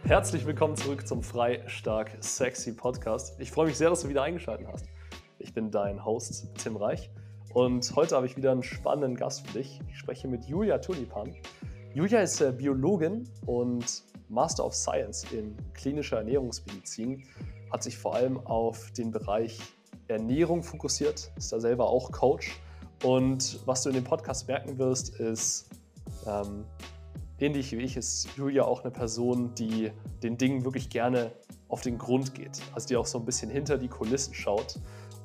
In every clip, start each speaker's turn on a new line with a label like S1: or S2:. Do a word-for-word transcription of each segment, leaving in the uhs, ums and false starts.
S1: Herzlich willkommen zurück zum Frei, Stark, Sexy Podcast. Ich freue mich sehr, dass du wieder eingeschaltet hast. Ich bin dein Host Tim Reich und heute habe ich wieder einen spannenden Gast für dich. Ich spreche mit Julia Tulipan. Julia ist äh, Biologin und Master of Science in klinischer Ernährungsmedizin, hat sich vor allem auf den Bereich Ernährung fokussiert, ist da selber auch Coach. Und was du in dem Podcast merken wirst, ist, ähm, ähnlich wie ich ist Julia auch eine Person, die den Dingen wirklich gerne auf den Grund geht. Also die auch so ein bisschen hinter die Kulissen schaut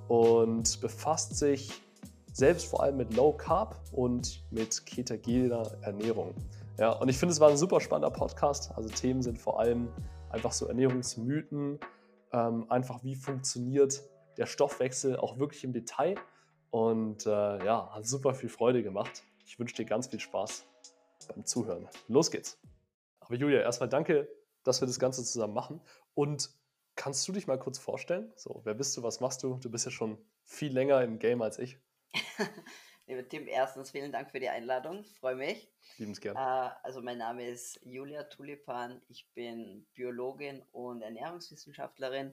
S1: und befasst sich selbst vor allem mit Low Carb und mit ketogener Ernährung. Ja, und ich finde, es war ein super spannender Podcast. Also Themen sind vor allem einfach so Ernährungsmythen, ähm, einfach wie funktioniert der Stoffwechsel auch wirklich im Detail. Und äh, ja, hat super viel Freude gemacht. Ich wünsche dir ganz viel Spaß beim Zuhören. Los geht's. Aber Julia, erstmal danke, dass wir das Ganze zusammen machen. Und kannst du dich mal kurz vorstellen? So, wer bist du, was machst du? Du bist ja schon viel länger im Game als ich.
S2: Lieber Tim, erstens vielen Dank für die Einladung, freue mich.
S1: Liebens gern.
S2: Äh, also mein Name ist Julia Tulipan, ich bin Biologin und Ernährungswissenschaftlerin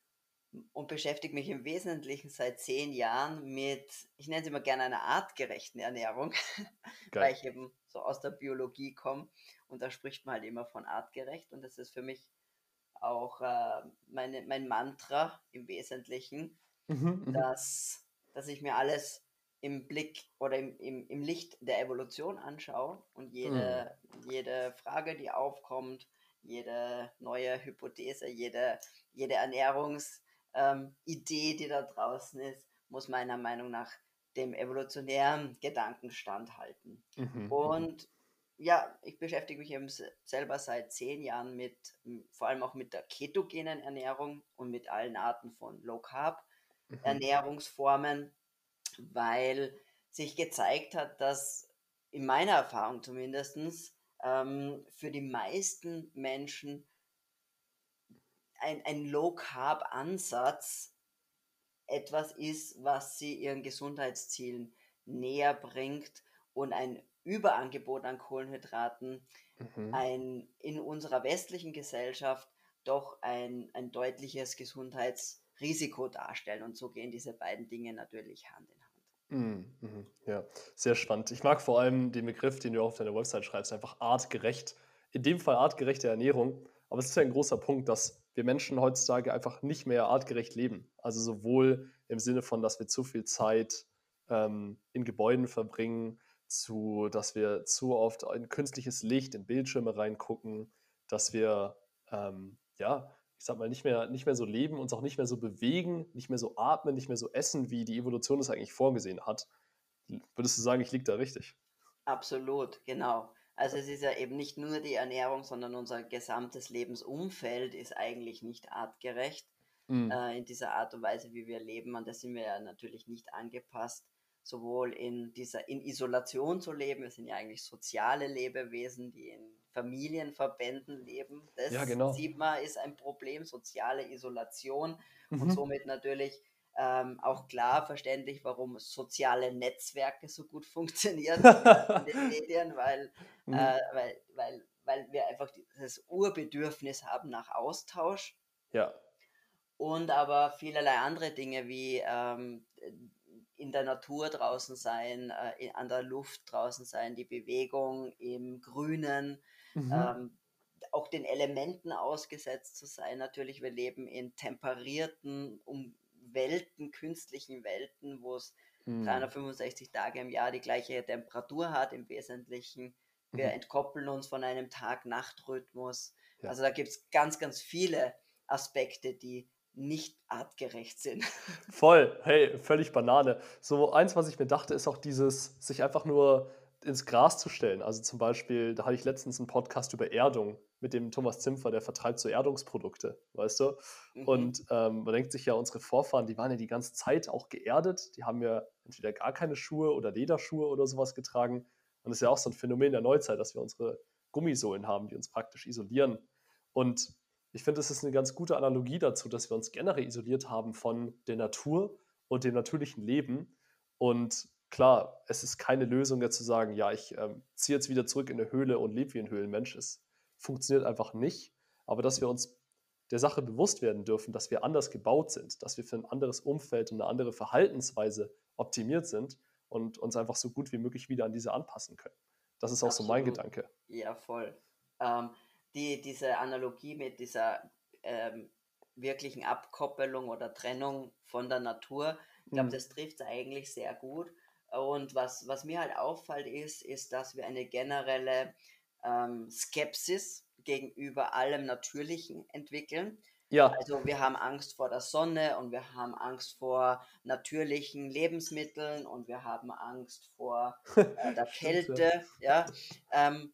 S2: und beschäftige mich im Wesentlichen seit zehn Jahren mit, ich nenne es immer gerne einer artgerechten Ernährung, weil
S1: Geil.
S2: ich eben so aus der Biologie komme und da spricht man halt immer von artgerecht und das ist für mich auch äh, meine, mein Mantra im Wesentlichen,
S1: Mhm, mhm.
S2: dass, dass ich mir alles im Blick oder im, im, im Licht der Evolution anschaue und
S1: Mm.
S2: jede, jede Frage, die aufkommt, jede neue Hypothese, jede, jede Ernährungsidee, ähm, Idee, die da draußen ist, muss meiner Meinung nach dem evolutionären Gedanken standhalten.
S1: Mhm, mhm.
S2: Und ja, ich beschäftige mich eben se- selber seit zehn Jahren mit, m, vor allem auch mit der ketogenen Ernährung und mit allen Arten von Low Carb
S1: Mhm.
S2: Ernährungsformen, weil sich gezeigt hat, dass in meiner Erfahrung zumindest ähm, für die meisten Menschen ein, ein Low-Carb-Ansatz etwas ist, was sie ihren Gesundheitszielen näher bringt und ein Überangebot an Kohlenhydraten
S1: Mhm.
S2: ein in unserer westlichen Gesellschaft doch ein, ein deutliches Gesundheitsrisiko darstellen. Und so gehen diese beiden Dinge natürlich Hand in Hand.
S1: Mhm, mhm. Ja, sehr spannend. Ich mag vor allem den Begriff, den du auf deiner Website schreibst, einfach artgerecht. In dem Fall artgerechte Ernährung. Aber es ist ja ein großer Punkt, dass wir Menschen heutzutage einfach nicht mehr artgerecht leben. Also sowohl im Sinne von, dass wir zu viel Zeit ähm, in Gebäuden verbringen, zu, dass wir zu oft in künstliches Licht, in Bildschirme reingucken, dass wir ähm, ja, ich sag mal, nicht mehr, nicht mehr so leben, uns auch nicht mehr so bewegen, nicht mehr so atmen, nicht mehr so essen, wie die Evolution es eigentlich vorgesehen hat. Würdest du sagen, ich liege da richtig?
S2: Absolut, genau. Also es ist ja eben nicht nur die Ernährung, sondern unser gesamtes Lebensumfeld ist eigentlich nicht artgerecht
S1: Mhm.
S2: äh, in dieser Art und Weise, wie wir leben. Und da sind wir ja natürlich nicht angepasst, sowohl in dieser in Isolation zu leben. Wir sind ja eigentlich soziale Lebewesen, die in Familienverbänden leben.
S1: Ja,
S2: Das
S1: genau.
S2: sieht man, ist ein Problem, soziale Isolation und
S1: Mhm.
S2: somit natürlich ähm, auch klar verständlich, warum soziale Netzwerke so gut funktionieren in den, in den Medien, weil,
S1: Mhm.
S2: äh, weil, weil, weil wir einfach dieses Urbedürfnis haben nach Austausch
S1: Ja.
S2: und aber vielerlei andere Dinge wie ähm, in der Natur draußen sein, äh, in, an der Luft draußen sein, die Bewegung im Grünen,
S1: Mhm.
S2: ähm, auch den Elementen ausgesetzt zu sein. Natürlich, wir leben in temperierten um Welten, künstlichen Welten, wo es
S1: Mhm.
S2: dreihundertfünfundsechzig Tage im Jahr die gleiche Temperatur hat im Wesentlichen. Wir
S1: Mhm.
S2: entkoppeln uns von einem Tag-Nacht-Rhythmus.
S1: Ja.
S2: Also da gibt es ganz, ganz viele Aspekte, die nicht artgerecht sind.
S1: Voll, hey, völlig Banane. So eins, was ich mir dachte, ist auch dieses, sich einfach nur ins Gras zu stellen. Also zum Beispiel, da hatte ich letztens einen Podcast über Erdung mit dem Thomas Zimpfer, der vertreibt so Erdungsprodukte, weißt du?
S2: Mhm.
S1: Und ähm, man denkt sich ja, unsere Vorfahren, die waren ja die ganze Zeit auch geerdet. Die haben ja entweder gar keine Schuhe oder Lederschuhe oder sowas getragen. Und das ist ja auch so ein Phänomen der Neuzeit, dass wir unsere Gummisohlen haben, die uns praktisch isolieren. Und ich finde, es ist eine ganz gute Analogie dazu, dass wir uns generell isoliert haben von der Natur und dem natürlichen Leben. Und klar, es ist keine Lösung, jetzt zu sagen: „Ja, ich, ähm, ziehe jetzt wieder zurück in 'ne Höhle und lebe wie ein Höhlenmensch.“ Es funktioniert einfach nicht. aber dass wir uns der Sache bewusst werden dürfen, dass wir anders gebaut sind, dass wir für ein anderes Umfeld und eine andere Verhaltensweise optimiert sind und uns einfach so gut wie möglich wieder an diese anpassen können. Das ist auch so mein
S2: Absolut.
S1: Gedanke.
S2: Ja, voll. Ähm, die, diese Analogie mit dieser ähm, wirklichen Abkoppelung oder Trennung von der Natur, ich glaube,
S1: Mhm.
S2: das trifft es eigentlich sehr gut. Und was, was mir halt auffällt, ist, ist, dass wir eine generelle ähm, Skepsis gegenüber allem Natürlichen entwickeln.
S1: Ja,
S2: Also wir haben Angst vor der Sonne und wir haben Angst vor natürlichen Lebensmitteln und wir haben Angst vor äh, der
S1: stimmt, ja.
S2: Kälte, ja. Ähm,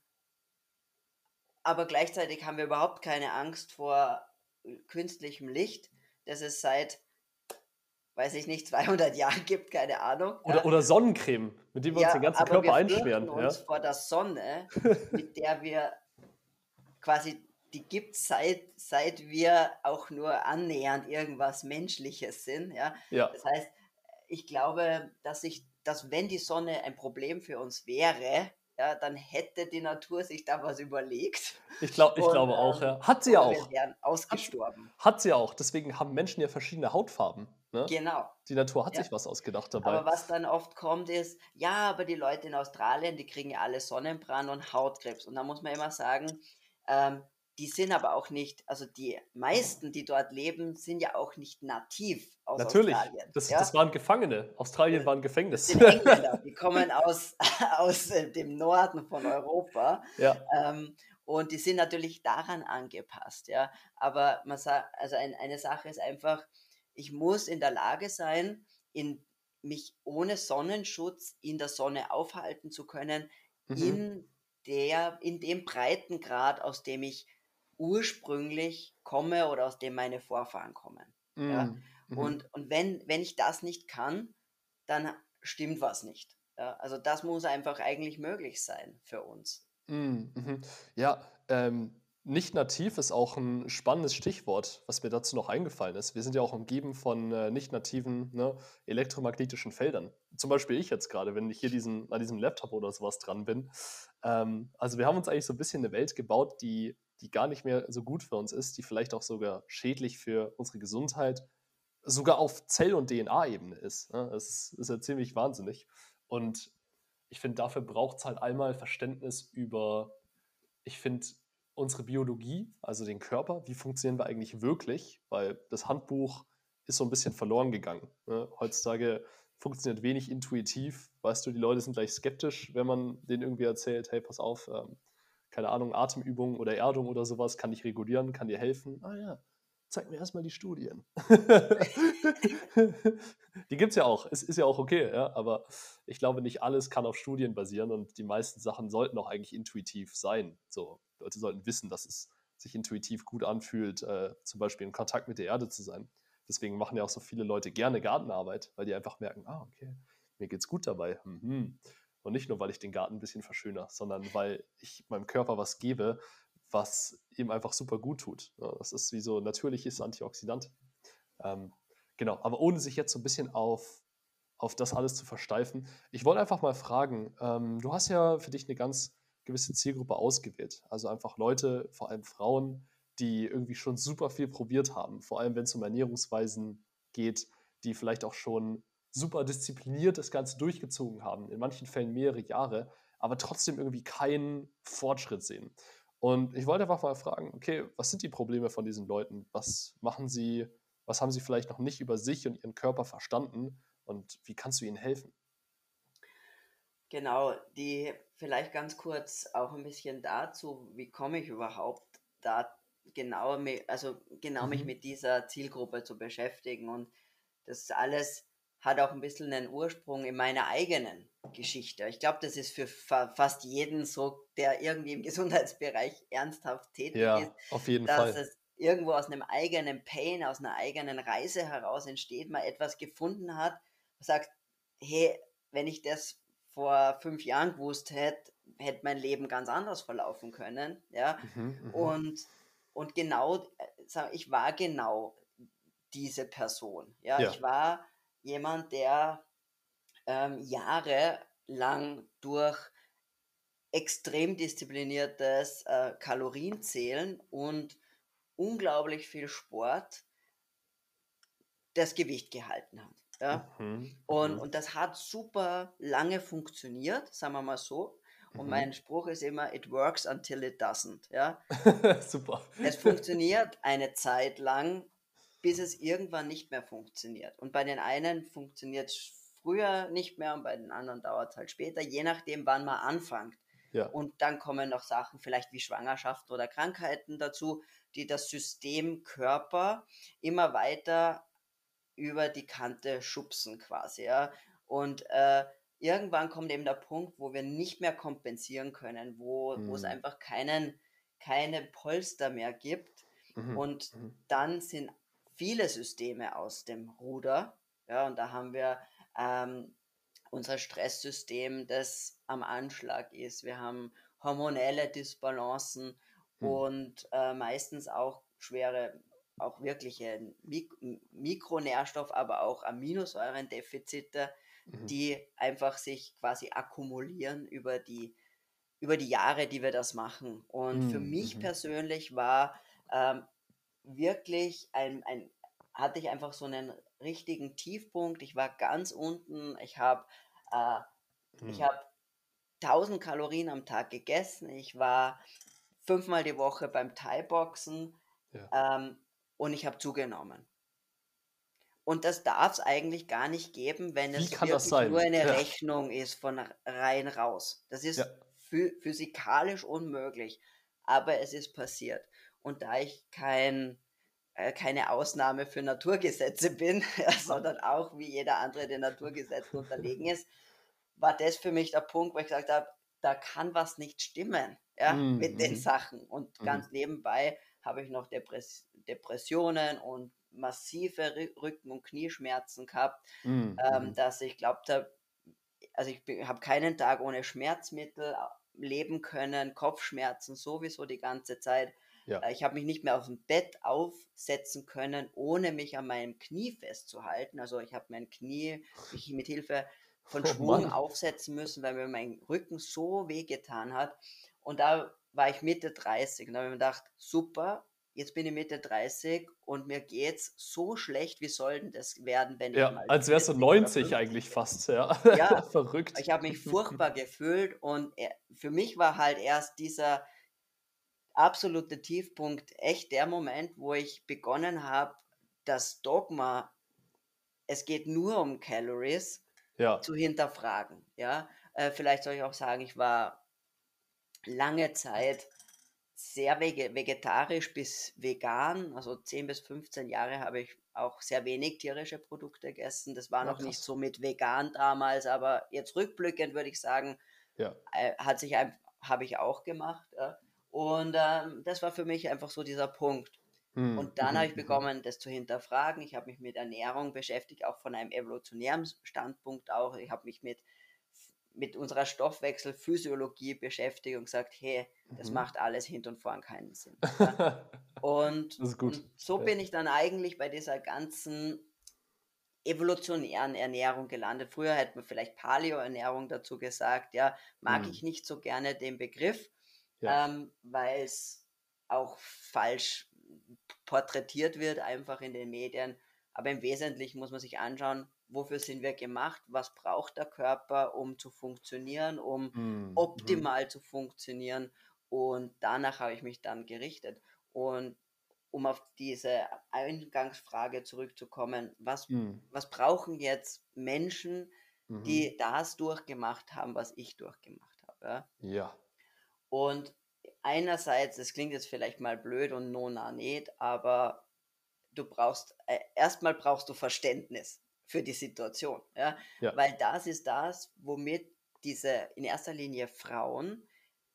S2: aber gleichzeitig haben wir überhaupt keine Angst vor äh, künstlichem Licht, das es seit, weiß ich nicht, zweihundert Jahren gibt, keine Ahnung,
S1: Oder
S2: ja.
S1: oder Sonnencreme, mit dem wir uns
S2: Ja,
S1: den ganzen
S2: aber wir
S1: Körper
S2: fürchten
S1: einschmieren,
S2: uns
S1: ja.
S2: vor der Sonne, mit der wir quasi, die gibt's seit seit wir auch nur annähernd irgendwas Menschliches sind, ja.
S1: Ja,
S2: Das heißt, ich glaube, dass ich dass wenn die Sonne ein Problem für uns wäre, ja, dann hätte die Natur sich da was überlegt
S1: ich glaube ich
S2: und,
S1: glaube auch,
S2: ähm
S1: ja. Hat sie ja
S2: oder wir
S1: auch.
S2: wären
S1: Hat
S2: ausgestorben.
S1: hat sie ja auch. Deswegen haben Menschen ja verschiedene Hautfarben, ne?
S2: Genau,
S1: Die Natur hat
S2: ja.
S1: sich was ausgedacht dabei.
S2: Aber was dann oft kommt, ist: „Ja, aber die Leute in Australien, die kriegen ja alle Sonnenbrand und Hautkrebs.“ Und da muss man immer sagen, ähm, die sind aber auch nicht, also die meisten, die dort leben, sind ja auch nicht nativ aus
S1: Natürlich,
S2: Australien,
S1: das das
S2: ja?
S1: waren Gefangene. Australien
S2: Das
S1: war 'n
S2: das
S1: Gefängnis.
S2: sind Engländer, die kommen aus aus, äh, dem Norden von Europa,
S1: Ja.
S2: ähm, und die sind natürlich daran angepasst, ja. Aber man sa also ein eine Sache ist einfach, ich muss in der Lage sein, in mich ohne Sonnenschutz in der Sonne aufhalten zu können,
S1: Mhm.
S2: in der in dem Breitengrad, aus dem ich ursprünglich komme oder aus dem meine Vorfahren kommen, ja?
S1: Mhm. Mhm.
S2: Und und wenn wenn ich das nicht kann, dann stimmt was nicht. Ja, also das muss einfach eigentlich möglich sein für uns.
S1: Mhm. Mhm. Ja, ähm, nicht nativ ist auch 'n spannendes Stichwort, was mir dazu noch eingefallen ist. Wir sind ja auch umgeben von, äh, nicht nativen, ne, elektromagnetischen Feldern. Zum Beispiel ich jetzt grade, wenn ich hier diesen an diesem Laptop oder so was dran bin. Ähm, also, wir haben uns eigentlich so 'n bisschen 'ne Welt gebaut, die die gar nicht mehr so gut für uns ist, die vielleicht auch sogar schädlich für unsere Gesundheit, sogar auf Zell und D N A-Ebene ist, ne? Das ist ja ziemlich wahnsinnig. Und ich finde, dafür braucht's halt einmal Verständnis über, ich finde, unsere Biologie, also den Körper, wie funktionieren wir eigentlich wirklich? Weil das Handbuch ist so ein bisschen verloren gegangen, ne? Heutzutage funktioniert wenig intuitiv. Weißt du, die Leute sind gleich skeptisch, wenn man denen irgendwie erzählt: „Hey, pass auf, ähm, keine Ahnung, Atemübungen oder Erdung oder sowas kann dich regulieren, kann dir helfen.“ „Ah ja, zeig mir erst mal die Studien.“ Die gibt's ja auch. Es ist ja auch okay, ja, aber ich glaube, nicht alles kann auf Studien basieren und die meisten Sachen sollten auch eigentlich intuitiv sein. So, Leute sollten wissen, dass es sich intuitiv gut anfühlt, äh, zum Beispiel in Kontakt mit der Erde zu sein. Deswegen machen ja auch so viele Leute gerne Gartenarbeit, weil die einfach merken: „Ah, okay, mir geht's gut dabei. Mhm.“ Und nicht nur, weil ich den Garten ein bisschen verschönere, sondern weil ich meinem Körper was gebe, was ihm einfach super gut tut. Ja, das ist wie so natürliches Antioxidant. Ähm, genau, aber ohne sich jetzt so ein bisschen auf auf das alles zu versteifen. Ich wollte einfach mal fragen, ähm, du hast ja für dich eine ganz gewisse Zielgruppe ausgewählt. Also, einfach Leute, vor allem Frauen, die irgendwie schon super viel probiert haben, vor allem wenn es um Ernährungsweisen geht, die vielleicht auch schon super diszipliniert das Ganze durchgezogen haben, in manchen Fällen mehrere Jahre, aber trotzdem irgendwie keinen Fortschritt sehen. Und ich wollte einfach mal fragen, okay, was sind die Probleme von diesen Leuten? Was machen sie, was haben sie vielleicht noch nicht über sich und ihren Körper verstanden und wie kannst du ihnen helfen?
S2: Genau, die vielleicht ganz kurz auch ein bisschen dazu, wie komme ich überhaupt da genau mi also genau mich
S1: Mhm.
S2: mit dieser Zielgruppe zu beschäftigen, und das alles hat auch ein bisschen einen Ursprung in meiner eigenen Geschichte. Ich glaube, das ist für fa fast jeden so, der irgendwie im Gesundheitsbereich ernsthaft tätig ist,
S1: Ja, auf jeden
S2: dass
S1: Fall.
S2: es irgendwo aus einem eigenen Pain, aus einer eigenen Reise heraus entsteht, man etwas gefunden hat, sagt: „Hey, wenn ich das vor fünf Jahren gewusst hätte, hätte mein Leben ganz anders verlaufen können“, ja?
S1: Mhm, mhm.
S2: Und und genau, äh, sa ich war genau diese Person. Ja,
S1: Ja,
S2: ich war jemand, der, ähm, jahrelang durch extrem diszipliniertes, äh, Kalorienzählen und unglaublich viel Sport das Gewicht gehalten hat. Ja?
S1: Mhm.
S2: Und,
S1: Mhm.
S2: und das hat super lange funktioniert, sagen wir mal so. Und
S1: Mhm.
S2: mein Spruch ist immer, it works until it doesn't. Ja?
S1: Super.
S2: Es funktioniert eine Zeit lang, bis es irgendwann nicht mehr funktioniert. Und bei den einen funktioniert es früher nicht mehr und bei den anderen dauert es halt später, je nachdem, wann man anfängt.
S1: Ja.
S2: Und dann kommen noch Sachen vielleicht wie Schwangerschaft oder Krankheiten dazu, die das System Körper immer weiter über die Kante schubsen quasi, ja. Und äh, irgendwann kommt eben der Punkt, wo wir nicht mehr kompensieren können, wo, wo es
S1: Mhm.
S2: einfach keinen, keine Polster mehr gibt.
S1: Mhm.
S2: Und
S1: Mhm.
S2: dann sind viele Systeme aus dem Ruder. Ja, und da haben wir ähm, unser Stresssystem, das am Anschlag ist. Wir haben hormonelle Disbalancen
S1: Mhm.
S2: und äh, meistens auch schwere, auch wirkliche Mik Mikronährstoff, aber auch Aminosäurendefizite,
S1: Mhm.
S2: die einfach sich quasi akkumulieren über die, über die Jahre, die wir das machen. Und für
S1: Mhm.
S2: mich
S1: Mhm.
S2: persönlich war ähm, wirklich ein, ein, hatte ich einfach so einen richtigen Tiefpunkt. Ich war ganz unten. Ich habe äh, ich
S1: Mhm.
S2: habe tausend Kalorien am Tag gegessen. Ich war fünfmal die Woche beim Thai-Boxen
S1: Ja.
S2: ähm, und ich habe zugenommen. Und das darf es eigentlich gar nicht geben, wenn
S1: Wie
S2: es
S1: kann das
S2: wirklich nur
S1: sein?
S2: eine
S1: Ja.
S2: Rechnung ist von rein raus. Das
S1: Ja.
S2: ist phy physikalisch unmöglich, aber es ist passiert. Und da ich kein äh, keine Ausnahme für Naturgesetze bin, ja, sondern auch wie jeder andere den Naturgesetzen unterlegen ist, war das für mich der Punkt, wo ich gesagt habe, da kann was nicht stimmen, ja,
S1: Mhm.
S2: mit den
S1: Mhm.
S2: Sachen. Und
S1: Mhm.
S2: ganz nebenbei habe ich noch Depress Depressionen und massive Rü- Rücken- und Knieschmerzen gehabt,
S1: Mhm.
S2: ähm,
S1: Mhm.
S2: dass ich glaubt habe, also ich habe keinen Tag ohne Schmerzmittel leben können, Kopfschmerzen sowieso die ganze Zeit.
S1: Ja.
S2: Äh, Ich habe mich nicht mehr aus dem Bett aufsetzen können, ohne mich an meinem Knie festzuhalten. Also ich habe mein Knie, mich mit Hilfe von
S1: Oh
S2: Schwung
S1: Mann.
S2: aufsetzen müssen, weil mir mein Rücken so wehgetan hat. Und da war ich Mitte dreißig und da habe ich mir gedacht, super, jetzt bin ich Mitte dreißig und mir geht's so schlecht, wie soll denn das werden, wenn ich
S1: Ja,
S2: mal
S1: als wärst du
S2: vierzig oder
S1: neunzig
S2: fünfzig
S1: eigentlich
S2: bin?
S1: fast, ja.
S2: Ja,
S1: Verrückt.
S2: ich habe mich furchtbar gefühlt und e für mich war halt erst dieser absolute Tiefpunkt echt der Moment, wo ich begonnen habe, das Dogma, es geht nur um Calories,
S1: Ja.
S2: zu hinterfragen, ja? Äh, vielleicht soll ich auch sagen, ich war lange Zeit sehr vege vegetarisch bis vegan, also zehn bis fünfzehn Jahre habe ich auch sehr wenig tierische Produkte gegessen. Das war
S1: Ah,
S2: noch nicht
S1: krass.
S2: so mit vegan damals, aber jetzt rückblickend würde ich sagen,
S1: Ja.
S2: äh, hat sich ein habe ich auch gemacht, ja. Und, ähm, das war für mich einfach so dieser Punkt.
S1: Mhm.
S2: Und dann habe
S1: Mhm.
S2: ich
S1: Mhm.
S2: begonnen, das zu hinterfragen. Ich habe mich mit Ernährung beschäftigt, auch von einem evolutionären Standpunkt auch. Ich habe mich mit mit unserer Stoffwechselphysiologie beschäftigt und gesagt: „Hey, das
S1: Mhm.
S2: macht alles hinten und vorn keinen Sinn“, ja? Und
S1: Das ist gut.
S2: und so
S1: Ja.
S2: bin ich dann eigentlich bei dieser ganzen evolutionären Ernährung gelandet. Früher hätte man vielleicht Paleo-Ernährung dazu gesagt, ja, mag
S1: Mhm.
S2: ich nicht so gerne den Begriff,
S1: Ja.
S2: ähm, weil es auch falsch porträtiert wird, einfach in den Medien. Aber im Wesentlichen muss man sich anschauen, wofür sind wir gemacht, was braucht der Körper, um zu funktionieren, um
S1: Mhm. Mhm.
S2: optimal zu funktionieren. Und danach habe ich mich dann gerichtet. Und um auf diese Eingangsfrage zurückzukommen, was,
S1: Mhm.
S2: was brauchen jetzt Menschen,
S1: Mhm.
S2: die das durchgemacht haben, was ich durchgemacht habe? Ja?
S1: Ja.
S2: Und einerseits, das klingt jetzt vielleicht mal blöd und nona nicht, aber du brauchst, äh, erstmal brauchst du Verständnis für die Situation, ja,
S1: Ja.
S2: weil das ist das, womit diese in erster Linie Frauen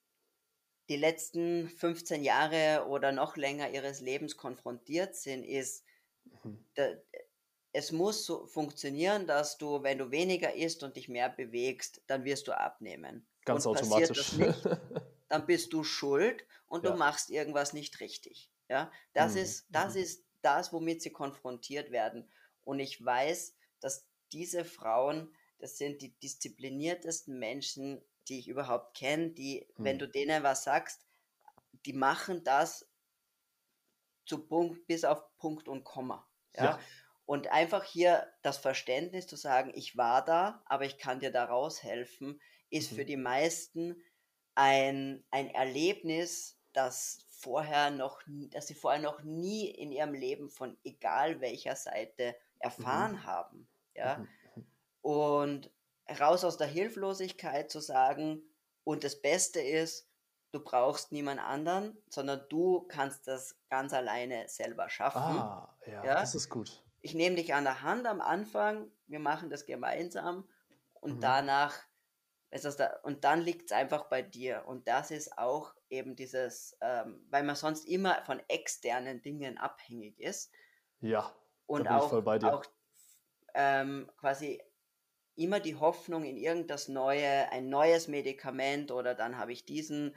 S2: die letzten fünfzehn Jahre oder noch länger ihres Lebens konfrontiert sind, ist,
S1: Mhm.
S2: da es muss so funktionieren, dass du, wenn du weniger isst und dich mehr bewegst, dann wirst du abnehmen.
S1: Ganz
S2: Und passiert
S1: automatisch.
S2: das nicht, dann bist du schuld und du
S1: Ja.
S2: machst irgendwas nicht richtig. Ja, das
S1: Mhm.
S2: ist, das
S1: Mhm.
S2: ist das, womit sie konfrontiert werden. Und ich weiß, dass diese Frauen, das sind die diszipliniertesten Menschen, die ich überhaupt kenne, die, wenn
S1: Mhm.
S2: du denen was sagst, die machen das zu Punkt, bis auf Punkt und Komma. Ja?
S1: Ja.
S2: Und einfach hier das Verständnis zu sagen, ich war da, aber ich kann dir da raushelfen, ist für
S1: Mhm.
S2: die meisten ein, ein Erlebnis, das vorher noch, n- das sie vorher noch nie in ihrem Leben von egal welcher Seite
S1: Mhm.
S2: erfahren haben. Ja?
S1: Mhm. Mhm.
S2: Und raus aus der Hilflosigkeit zu sagen, und das Beste ist, du brauchst niemand anderen, sondern du kannst das ganz alleine selber schaffen.
S1: Ah, ja,
S2: Ja?
S1: das ist gut.
S2: Ich nehme dich an der Hand am Anfang, wir machen das gemeinsam und
S1: Mhm.
S2: danach ist das da, und dann liegt es einfach bei dir. Und das ist auch eben dieses, ähm, weil man sonst immer von externen Dingen abhängig ist
S1: Ja, da
S2: und
S1: bin ich voll
S2: auch,
S1: bei dir.
S2: auch ähm, quasi immer die Hoffnung in irgenddas neue, ein neues Medikament oder dann habe ich diesen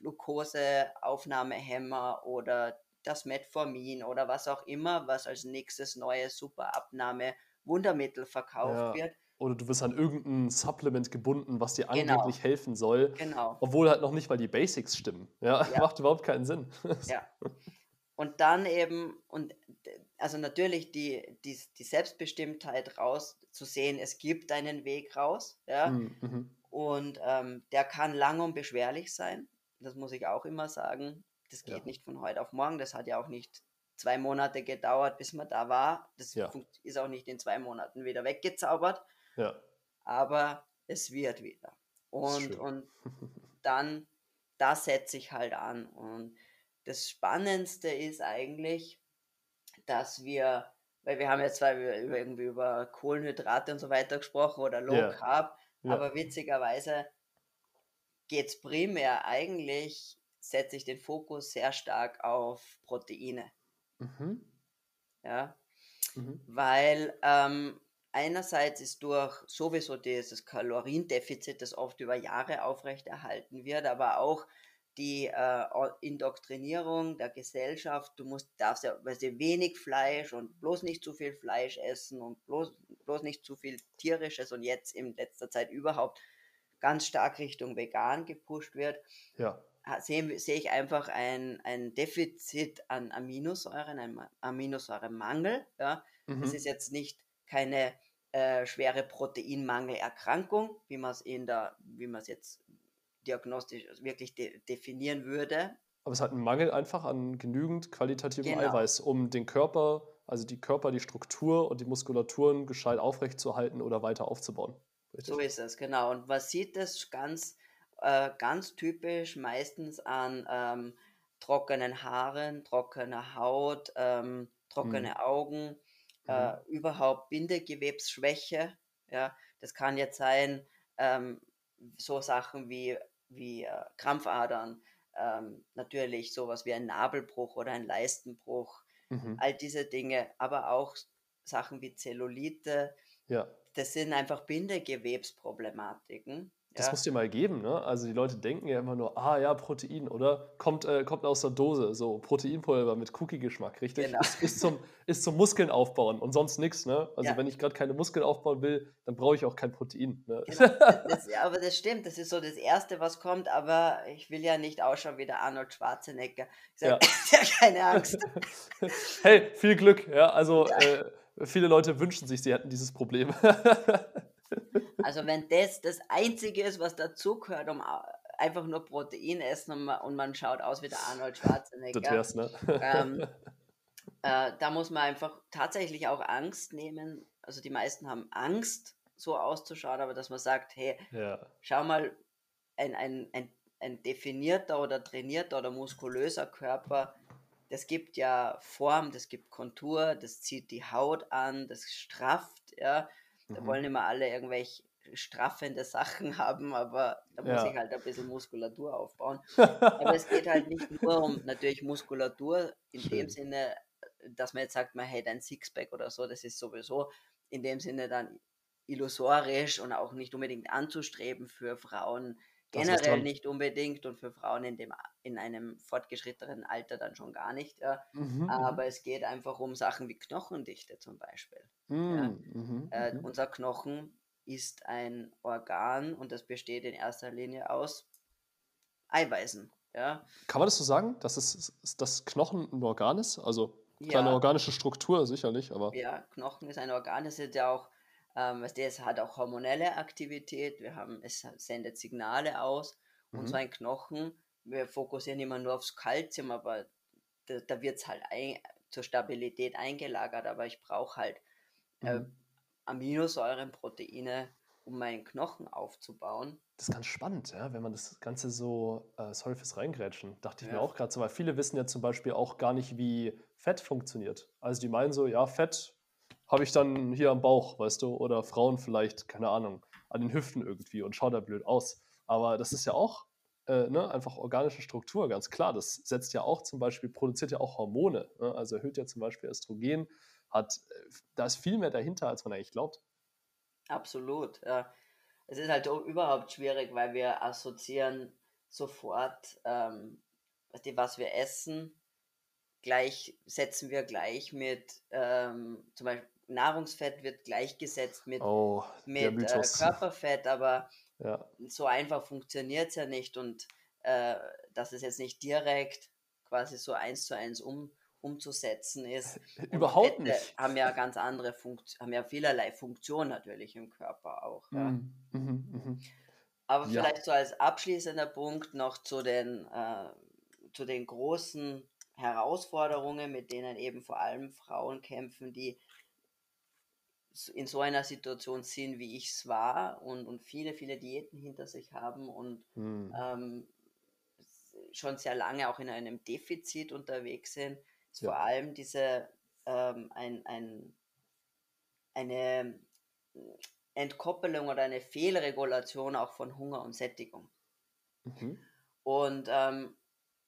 S2: Glukoseaufnahmehemmer oder das Metformin oder was auch immer, was als nächstes neues Superabnahme Wundermittel verkauft
S1: Ja.
S2: wird.
S1: Oder du wirst an irgendein Supplement gebunden, was dir
S2: Genau,
S1: angeblich helfen soll,
S2: genau.
S1: obwohl halt noch nicht mal die Basics stimmen. Ja,
S2: Ja,
S1: macht überhaupt keinen Sinn.
S2: ja. Und dann eben, und d- also natürlich die, die, die Selbstbestimmtheit raus zu sehen, es gibt einen Weg raus, ja.
S1: Mhm, mhm.
S2: Und ähm, der kann lang und beschwerlich sein. Das muss ich auch immer sagen. Das
S1: Ja,
S2: geht nicht von heute auf morgen. Das hat ja auch nicht zwei Monate gedauert, bis man da war. Das
S1: ja,
S2: funkt- ist auch nicht in zwei Monaten wieder weggezaubert,
S1: ja,
S2: aber es wird wieder.
S1: ist
S2: Und,
S1: schön.
S2: und dann, da setze ich halt an. Und das Spannendste ist eigentlich, dass wir, weil wir haben jetzt zwar über, über, irgendwie über Kohlenhydrate und so weiter gesprochen oder Low
S1: Ja,
S2: Carb,
S1: ja.
S2: aber witzigerweise geht es primär eigentlich, setze ich den Fokus sehr stark auf Proteine,
S1: Mhm,
S2: ja,
S1: mhm,
S2: weil ähm, einerseits ist durch sowieso dieses Kaloriendefizit, das oft über Jahre aufrechterhalten wird, aber auch die äh, Indoktrinierung der Gesellschaft, du musst, darfst ja, weißt du, wenig Fleisch und bloß nicht zu viel Fleisch essen und bloß, bloß nicht zu viel tierisches und jetzt in letzter Zeit überhaupt ganz stark Richtung vegan gepusht wird,
S1: ja.
S2: ha- sehe sehe ich einfach ein, ein Defizit an Aminosäuren, ein Ma- Aminosäuremangel. Ja. Das
S1: Mhm.
S2: ist jetzt nicht keine äh, schwere Proteinmangelerkrankung, wie man es in der, wie man es jetzt diagnostisch wirklich de definieren würde.
S1: Aber es hat einen Mangel einfach an genügend qualitativem
S2: Genau,
S1: Eiweiß, um den Körper, also die Körper, die Struktur und die Muskulaturen gescheit aufrechtzuerhalten oder weiter aufzubauen.
S2: so
S1: Richtig?
S2: ist es, genau. Und man sieht es ganz, äh, ganz typisch meistens an ähm, trockenen Haaren, trockener Haut, ähm,
S1: Mhm,
S2: trockene Augen,
S1: mhm,
S2: äh, überhaupt Bindegewebsschwäche. Ja, das kann jetzt sein, ähm, so Sachen wie, wie äh, Krampfadern, ähm, natürlich sowas wie ein Nabelbruch oder ein Leistenbruch,
S1: mhm.
S2: all diese Dinge, aber auch Sachen wie Zellulite,
S1: Ja.
S2: das sind einfach Bindegewebsproblematiken,
S1: Das
S2: ja,
S1: muss dir mal geben, ne? Also, die Leute denken ja immer nur: „Ah ja, Protein“, oder? Kommt äh, kommt aus der Dose, so Proteinpulver mit Cookie-Geschmack, richtig?
S2: genau.
S1: Ist ist zum ist zum Muskeln aufbauen und sonst nix, ne? Also,
S2: Ja,
S1: wenn ich grad keine Muskeln aufbauen will, dann brauche ich auch kein Protein, ne?
S2: genau. D das ja, aber das stimmt, das ist so das Erste, was kommt, aber ich will ja nicht ausschauen wie der Arnold Schwarzenegger. Ich sage:
S1: Ja.
S2: „Ja, keine Angst.“
S1: Hey, viel Glück, ja? Also,
S2: Ja,
S1: äh, viele Leute wünschen sich, sie hätten dieses Problem.
S2: also wenn das das Einzige ist, was dazugehört, um a einfach nur Protein essen und ma und man schaut aus wie der Arnold
S1: Das
S2: Schwarzenegger,
S1: wär's, ne?
S2: ähm, äh, da muss man einfach tatsächlich auch Angst nehmen. Also, die meisten haben Angst, so auszuschauen, aber dass man sagt: „Hey,
S1: Ja.
S2: schau mal, ein ein ein ein definierter oder trainierter oder muskulöser Körper, das gibt ja Form, das gibt Kontur, das zieht die Haut an, das strafft, ja. Da
S1: Mhm.
S2: wollen immer alle irgendwelche straffende Sachen haben, aber da muss ich
S1: Ja.
S2: halt ein bisschen Muskulatur aufbauen. Aber es geht halt nicht nur um natürlich Muskulatur in dem
S1: Schön.
S2: Sinne, dass man jetzt sagt, man hätte ein Sixpack oder so, das ist sowieso in dem Sinne dann illusorisch und auch nicht unbedingt anzustreben für Frauen,
S1: Da ist was
S2: generell
S1: dran.
S2: nicht unbedingt und für Frauen in dem in einem fortgeschrittenen Alter dann schon gar nicht, ja.
S1: Mhm, mhm.
S2: Aber es geht einfach um Sachen wie Knochendichte zum Beispiel, ja.
S1: Hm, mhm,
S2: Äh,
S1: mhm.
S2: unser Knochen ist ein Organ und das besteht in erster Linie aus Eiweißen. Ja,
S1: Kann man das so sagen, dass es s das Knochen 'n Organ ist? Also, kleine
S2: ja,
S1: organische Struktur sicherlich, aber
S2: ja, Knochen ist ein Organ, es ist ja auch, ähm, weißt du, es hat auch hormonelle Aktivität. Wir haben es sendet Signale aus und so
S1: mhm,
S2: ein Knochen, wir fokussieren immer nur aufs Kalzium, aber da da wird's halt ei zur Stabilität eingelagert, aber ich brauche halt, äh,
S1: mhm.
S2: Aminosäuren, Proteine, um meinen Knochen aufzubauen.
S1: Das ist ganz spannend, ja, wenn man das Ganze so äh, sorry fürs Reingrätschen, dachte ich mir
S2: Ja,
S1: auch grad so, weil viele wissen ja zum Beispiel auch gar nicht, wie Fett funktioniert. Also, die meinen so: „Ja, Fett habe ich dann hier am Bauch“, weißt du, oder Frauen vielleicht, keine Ahnung, an den Hüften irgendwie und schaut da blöd aus. Aber das ist ja auch, äh, ne, einfach organische Struktur, ganz klar. Das setzt ja auch zum Beispiel produziert ja auch Hormone, ne? Also, erhöht ja zum Beispiel Östrogen, hat äh, da ist viel mehr dahinter, als man eigentlich glaubt.
S2: absolut, ja. Es ist halt o überhaupt schwierig, weil wir assoziieren sofort, ähm, weißt du, was wir essen, gleich setzen wir gleich mit, ähm, zum Beispiel Nahrungsfett wird gleichgesetzt mit
S1: Oh, der
S2: mit, äh,
S1: Mythos.
S2: Körperfett, aber
S1: Ja.
S2: so einfach funktioniert's ja nicht und, äh, dass es jetzt nicht direkt quasi so eins zu eins um umzusetzen ist. Und
S1: Überhaupt
S2: Fette
S1: nicht.
S2: haben ja ganz andere Funkt haben ja vielerlei Funktion natürlich im Körper auch, ja.
S1: Mhm, mhm, mhm.
S2: Aber
S1: Ja.
S2: vielleicht so als abschließender Punkt noch zu den, äh, zu den großen Herausforderungen, mit denen eben vor allem Frauen kämpfen, die s- in so einer Situation sind, wie ich es war und, und viele, viele Diäten hinter sich haben und
S1: Mhm.
S2: ähm, s- schon sehr lange auch in einem Defizit unterwegs sind, ist
S1: Ja.
S2: vor allem diese ähm, ein, ein, eine Entkoppelung oder eine Fehlregulation auch von Hunger und Sättigung.
S1: Mhm.
S2: Und ähm,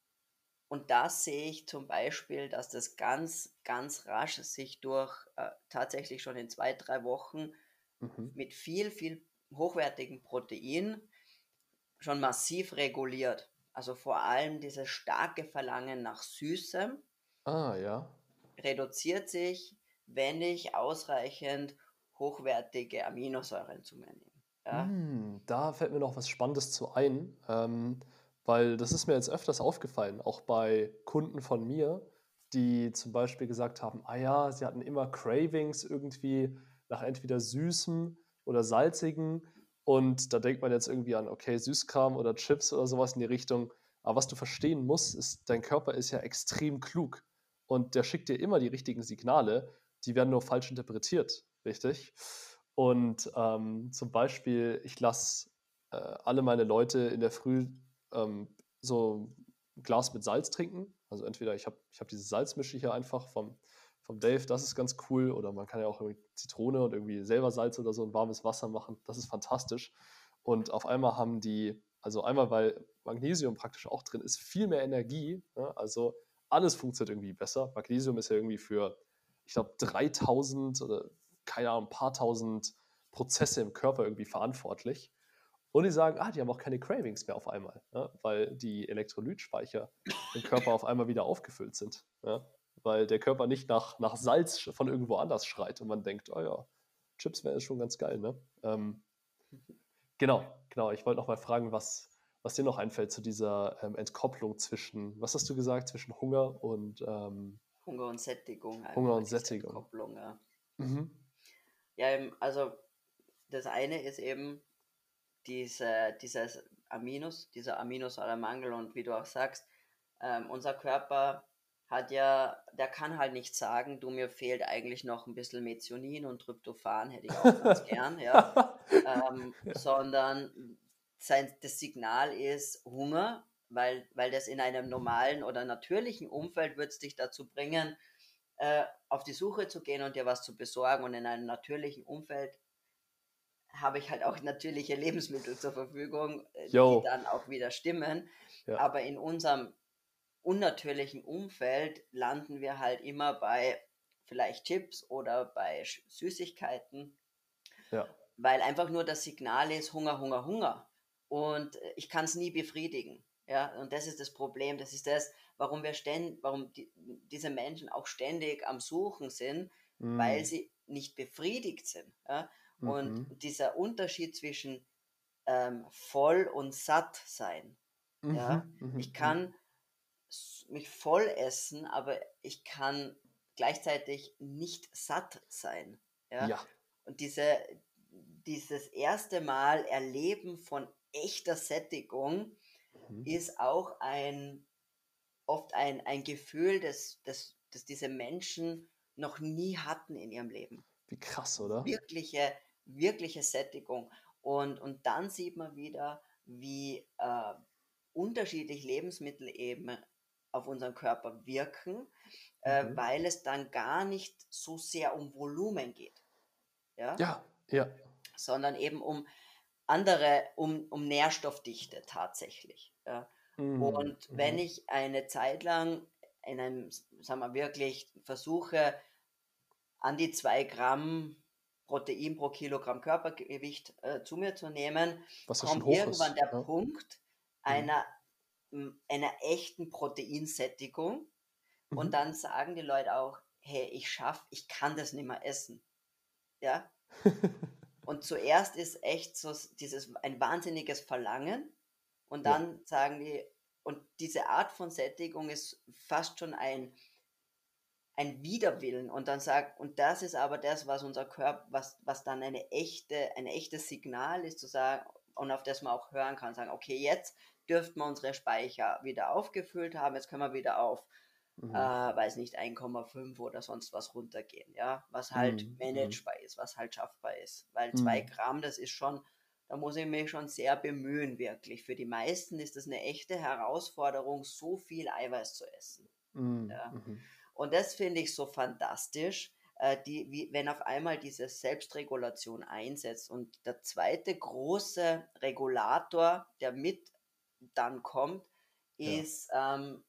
S2: Und da sehe ich zum Beispiel, dass das ganz, ganz rasch sich durch äh, tatsächlich schon in zwei drei Wochen
S1: Mhm.
S2: mit viel, viel hochwertigen Protein schon massiv reguliert. Also vor allem dieses starke Verlangen nach Süßem
S1: Ah, ja.
S2: reduziert sich, wenn ich ausreichend hochwertige Aminosäuren zu mir nehme. Ja,
S1: Hm, da fällt mir noch was Spannendes zu ein, ähm, weil das ist mir jetzt öfters aufgefallen, auch bei Kunden von mir, die zum Beispiel gesagt haben: „Ah ja, sie hatten immer Cravings irgendwie nach entweder Süßem oder Salzigem.“ Und da denkt man jetzt irgendwie an, okay, Süßkram oder Chips oder sowas in die Richtung. Aber was du verstehen musst, ist, dein Körper ist ja extrem klug und der schickt dir immer die richtigen Signale, die werden nur falsch interpretiert, richtig? Und, ähm, zum Beispiel, ich lasse, äh, alle meine Leute in der Früh, ähm, so 'n Glas mit Salz trinken. Also, entweder ich habe ich habe diese Salzmische hier einfach vom vom Dave, das ist ganz cool, oder man kann ja auch irgendwie Zitrone und irgendwie selber Salz oder so in warmes Wasser machen. Das ist fantastisch. Und auf einmal haben die also, einmal, weil Magnesium praktisch auch drin ist, viel mehr Energie, ne? Also, alles funktioniert irgendwie besser. Magnesium ist ja irgendwie für, ich glaube, dreitausend oder keine Ahnung, ein paar tausend Prozesse im Körper irgendwie verantwortlich. Und die sagen, ah, die haben auch keine Cravings mehr auf einmal, ne? Weil die Elektrolytspeicher im Körper auf einmal wieder aufgefüllt sind. Ja? Weil der Körper nicht nach, nach Salz von irgendwo anders schreit und man denkt, oh ja, Chips wäre schon ganz geil. Ne? Ähm, genau, genau. Ich wollte noch mal fragen, was, was dir noch einfällt zu dieser ähm, Entkopplung zwischen, was hast du gesagt, zwischen Hunger und ähm,
S2: Hunger und Sättigung
S1: Hunger
S2: einfach,
S1: und
S2: diese
S1: Sättigung.
S2: Entkopplung. Ja,
S1: Mhm.
S2: ja eben, also das eine ist eben diese, dieses Aminos, dieser Aminosäuremangel und wie du auch sagst, ähm, unser Körper hat ja, der kann halt nicht sagen, du, mir fehlt eigentlich noch ein bisschen Methionin und Tryptophan, hätte ich auch ganz gern, ja, ähm,
S1: Ja.
S2: sondern sein, das Signal ist Hunger, weil, weil das in einem normalen oder natürlichen Umfeld wird es dich dazu bringen, äh, auf die Suche zu gehen und dir was zu besorgen und in einem natürlichen Umfeld habe ich halt auch natürliche Lebensmittel zur Verfügung, äh, die
S1: Jo,
S2: dann auch wieder stimmen.
S1: ja,
S2: Aber in unserem unnatürlichen Umfeld landen wir halt immer bei vielleicht Chips oder bei Sch- Süßigkeiten,
S1: ja.
S2: weil einfach nur das Signal ist Hunger, Hunger, Hunger. Und äh, ich kann es nie befriedigen. Ja, und das ist das Problem. Das ist das, warum wir ständig, warum die, diese Menschen auch ständig am Suchen sind, weil
S1: Mhm.
S2: sie nicht befriedigt sind. Ja? Und
S1: Mhm.
S2: dieser Unterschied zwischen ähm, voll und satt sein, Ja,
S1: Mhm,
S2: ich
S1: mhm, mhm.
S2: kann s- mich voll essen, aber ich kann gleichzeitig nicht satt sein. Ja,
S1: Ja.
S2: und diese, dieses erste Mal Erleben von echter Sättigung
S1: Mhm.
S2: ist auch ein oft ein, ein Gefühl, das, das, das diese Menschen noch nie hatten in ihrem Leben.
S1: Wie krass, oder?
S2: Wirkliche, wirkliche Sättigung. Und, und dann sieht man wieder, wie äh, unterschiedlich Lebensmittel eben auf unseren Körper wirken, äh,
S1: Mhm.
S2: weil es dann gar nicht so sehr um Volumen geht, ja,
S1: Ja, ja.
S2: sondern eben um andere, um, um Nährstoffdichte tatsächlich. Ja.
S1: Mhm,
S2: Und wenn
S1: mhm.
S2: ich eine Zeit lang in einem, sagen wir wirklich, versuche, an die zwei Gramm Protein pro Kilogramm Körpergewicht äh, zu mir zu nehmen,
S1: Was ja schon
S2: kommt
S1: hoch
S2: irgendwann
S1: ist,
S2: der
S1: ja.
S2: Punkt
S1: Mhm.
S2: einer, m, einer echten Proteinsättigung und
S1: Mhm.
S2: dann sagen die Leute auch, hey, ich schaff, ich kann das nicht mehr essen. Ja? Und zuerst ist echt so s- dieses ein wahnsinniges Verlangen und
S1: Ja.
S2: dann sagen die, und diese Art von Sättigung ist fast schon ein ein Widerwillen und dann sagt, und das ist aber das, was unser Körper, was, was dann eine echte, ein echtes Signal ist, zu sagen, und auf das man auch hören kann, sagen, okay, jetzt dürften wir unsere Speicher wieder aufgefüllt haben, jetzt können wir wieder auf, äh,
S1: Mhm.
S2: weiß nicht, eins Komma fünf oder sonst was runtergehen, ja, was halt
S1: Mhm. Mhm.
S2: managebar ist, was halt schaffbar ist, weil zwei
S1: Mhm.
S2: Gramm, das ist schon, da muss ich mich schon sehr bemühen, wirklich. Für die meisten ist das eine echte Herausforderung, so viel Eiweiß zu essen,
S1: Mhm.
S2: ja.
S1: Mhm.
S2: Und das finde ich so fantastisch, äh, die, wie, wenn auf einmal diese Selbstregulation einsetzt. Und der zweite große Regulator, der mit dann kommt,
S1: Ja.
S2: ist ähm,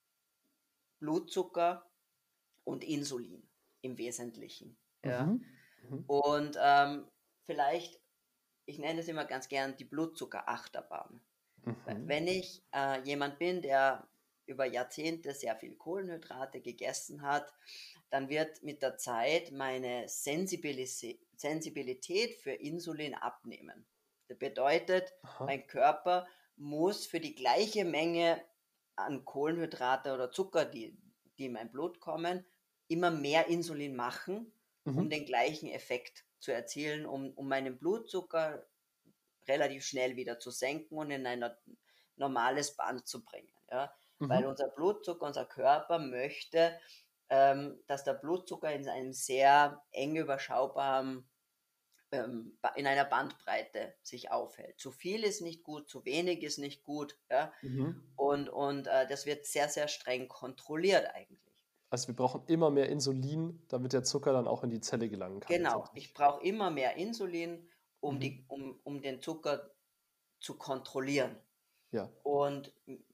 S2: Blutzucker und Insulin im Wesentlichen. Ja.
S1: Mhm. Mhm.
S2: Und ähm, vielleicht, ich nenne es immer ganz gern die Blutzuckerachterbahn.
S1: Mhm.
S2: Wenn ich äh, jemand bin, der über Jahrzehnte sehr viel Kohlenhydrate gegessen hat, dann wird mit der Zeit meine Sensibilis- Sensibilität für Insulin abnehmen. Das bedeutet,
S1: Aha.
S2: mein Körper muss für die gleiche Menge an Kohlenhydrate oder Zucker, die, die in mein Blut kommen, immer mehr Insulin machen, um
S1: Mhm.
S2: den gleichen Effekt zu erzielen, um, um meinen Blutzucker relativ schnell wieder zu senken und in ein normales Band zu bringen. Ja? Weil
S1: Mhm.
S2: unser Blutzucker, unser Körper möchte, ähm, dass der Blutzucker in einem sehr eng überschaubaren, ähm, in einer Bandbreite sich aufhält. Zu viel ist nicht gut, zu wenig ist nicht gut. Ja?
S1: Mhm.
S2: Und, und äh, das wird sehr, sehr streng kontrolliert eigentlich.
S1: Also, wir brauchen immer mehr Insulin, damit der Zucker dann auch in die Zelle gelangen kann
S2: Genau, ich
S1: letztendlich.
S2: brauche immer mehr Insulin, um,
S1: Mhm.
S2: die, um, um den Zucker zu kontrollieren.
S1: Ja.
S2: Und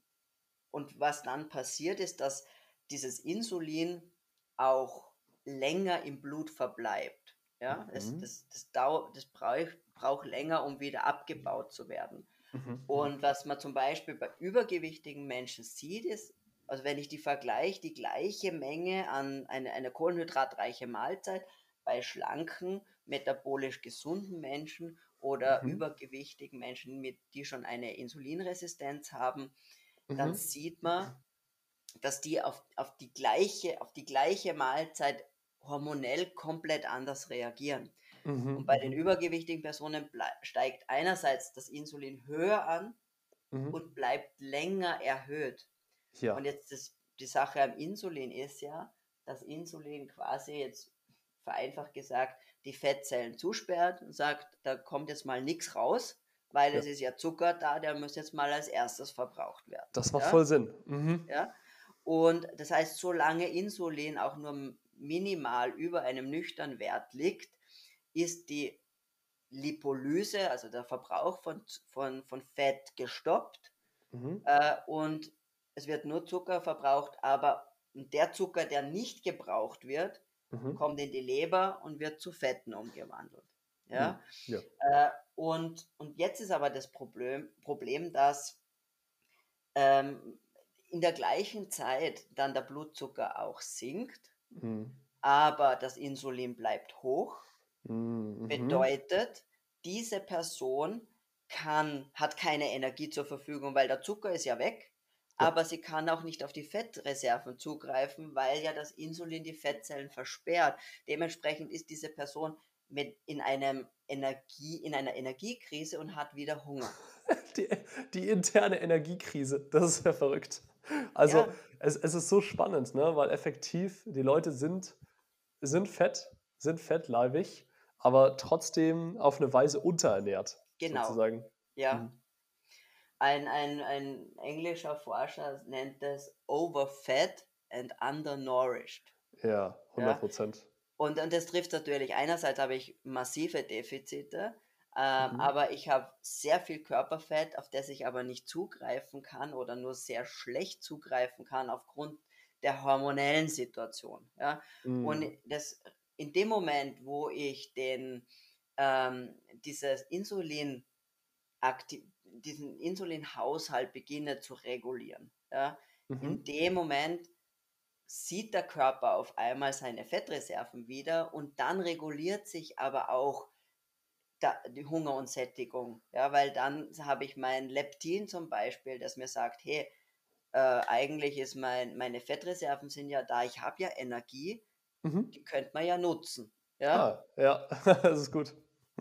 S2: Und was dann passiert, ist, dass dieses Insulin auch länger im Blut verbleibt. Ja, es,
S1: Mhm.
S2: das, das, dau das braucht, braucht länger, um wieder abgebaut zu werden.
S1: Mhm. Mhm.
S2: Und was man zum Beispiel bei übergewichtigen Menschen sieht, ist, also wenn ich die vergleiche, die gleiche Menge an eine, eine kohlenhydratreiche Mahlzeit bei schlanken, metabolisch gesunden Menschen oder
S1: Mhm.
S2: übergewichtigen Menschen, mit, die schon eine Insulinresistenz haben, dann
S1: Mhm.
S2: sieht man, dass die auf, auf, die gleiche, auf die gleiche Mahlzeit hormonell komplett anders reagieren. Und
S1: Mhm.
S2: bei den
S1: Mhm.
S2: übergewichtigen Personen steigt einerseits das Insulin höher an
S1: Mhm.
S2: und bleibt länger erhöht.
S1: Ja.
S2: Und jetzt das, die Sache am Insulin ist ja, dass Insulin quasi jetzt vereinfacht gesagt die Fettzellen zusperrt und sagt, da kommt jetzt mal nichts raus, weil
S1: Ja.
S2: es ist ja Zucker da, der muss jetzt mal als erstes verbraucht werden.
S1: Das macht
S2: Ja?
S1: voll Sinn. Mhm.
S2: Ja? Und das heißt, solange Insulin auch nur minimal über einem nüchternen Wert liegt, ist die Lipolyse, also der Verbrauch von, von, von Fett, gestoppt
S1: Mhm.
S2: äh, und es wird nur Zucker verbraucht, aber der Zucker, der nicht gebraucht wird,
S1: Mhm.
S2: kommt in die Leber und wird zu Fetten umgewandelt.
S1: Mhm.
S2: Ja?
S1: Ja.
S2: Äh, und, und jetzt ist aber das Problem, Problem dass ähm, in der gleichen Zeit dann der Blutzucker auch sinkt,
S1: Mhm.
S2: aber das Insulin bleibt hoch.
S1: Mhm. Mhm.
S2: Bedeutet, diese Person kann hat keine Energie zur Verfügung, weil der Zucker ist ja weg,
S1: Ja.
S2: aber sie kann auch nicht auf die Fettreserven zugreifen, weil ja das Insulin die Fettzellen versperrt. Dementsprechend ist diese Person mit in einem Energie in einer Energiekrise und hat wieder Hunger.
S1: Die, die interne Energiekrise, das ist ja verrückt. Also
S2: Ja,
S1: es, es ist so spannend, ne? Weil effektiv die Leute sind, sind fett, sind fettleibig, aber trotzdem auf eine Weise unterernährt,
S2: genau.
S1: sozusagen.
S2: Ja.
S1: Mhm.
S2: Ein ein ein englischer Forscher nennt es overfed and undernourished,
S1: Ja, hundert
S2: ja?
S1: Prozent.
S2: Und und das trifft natürlich einerseits habe ich massive Defizite, ähm,
S1: Mhm.
S2: aber ich habe sehr viel Körperfett, auf das ich aber nicht zugreifen kann oder nur sehr schlecht zugreifen kann aufgrund der hormonellen Situation, ja? Und
S1: Mhm.
S2: das in dem Moment, wo ich den ähm, dieses Insulin akti diesen Insulinhaushalt beginne zu regulieren, ja?
S1: Mhm.
S2: In dem Moment sieht der Körper auf einmal seine Fettreserven wieder und dann reguliert sich aber auch da die Hunger und Sättigung, ja, weil dann habe ich mein Leptin zum Beispiel, das mir sagt: „Hey, äh, eigentlich ist mein meine Fettreserven sind ja da, ich habe ja Energie,
S1: Mhm.
S2: die könnte man ja nutzen“, ja?
S1: Ah, ja, das ist gut.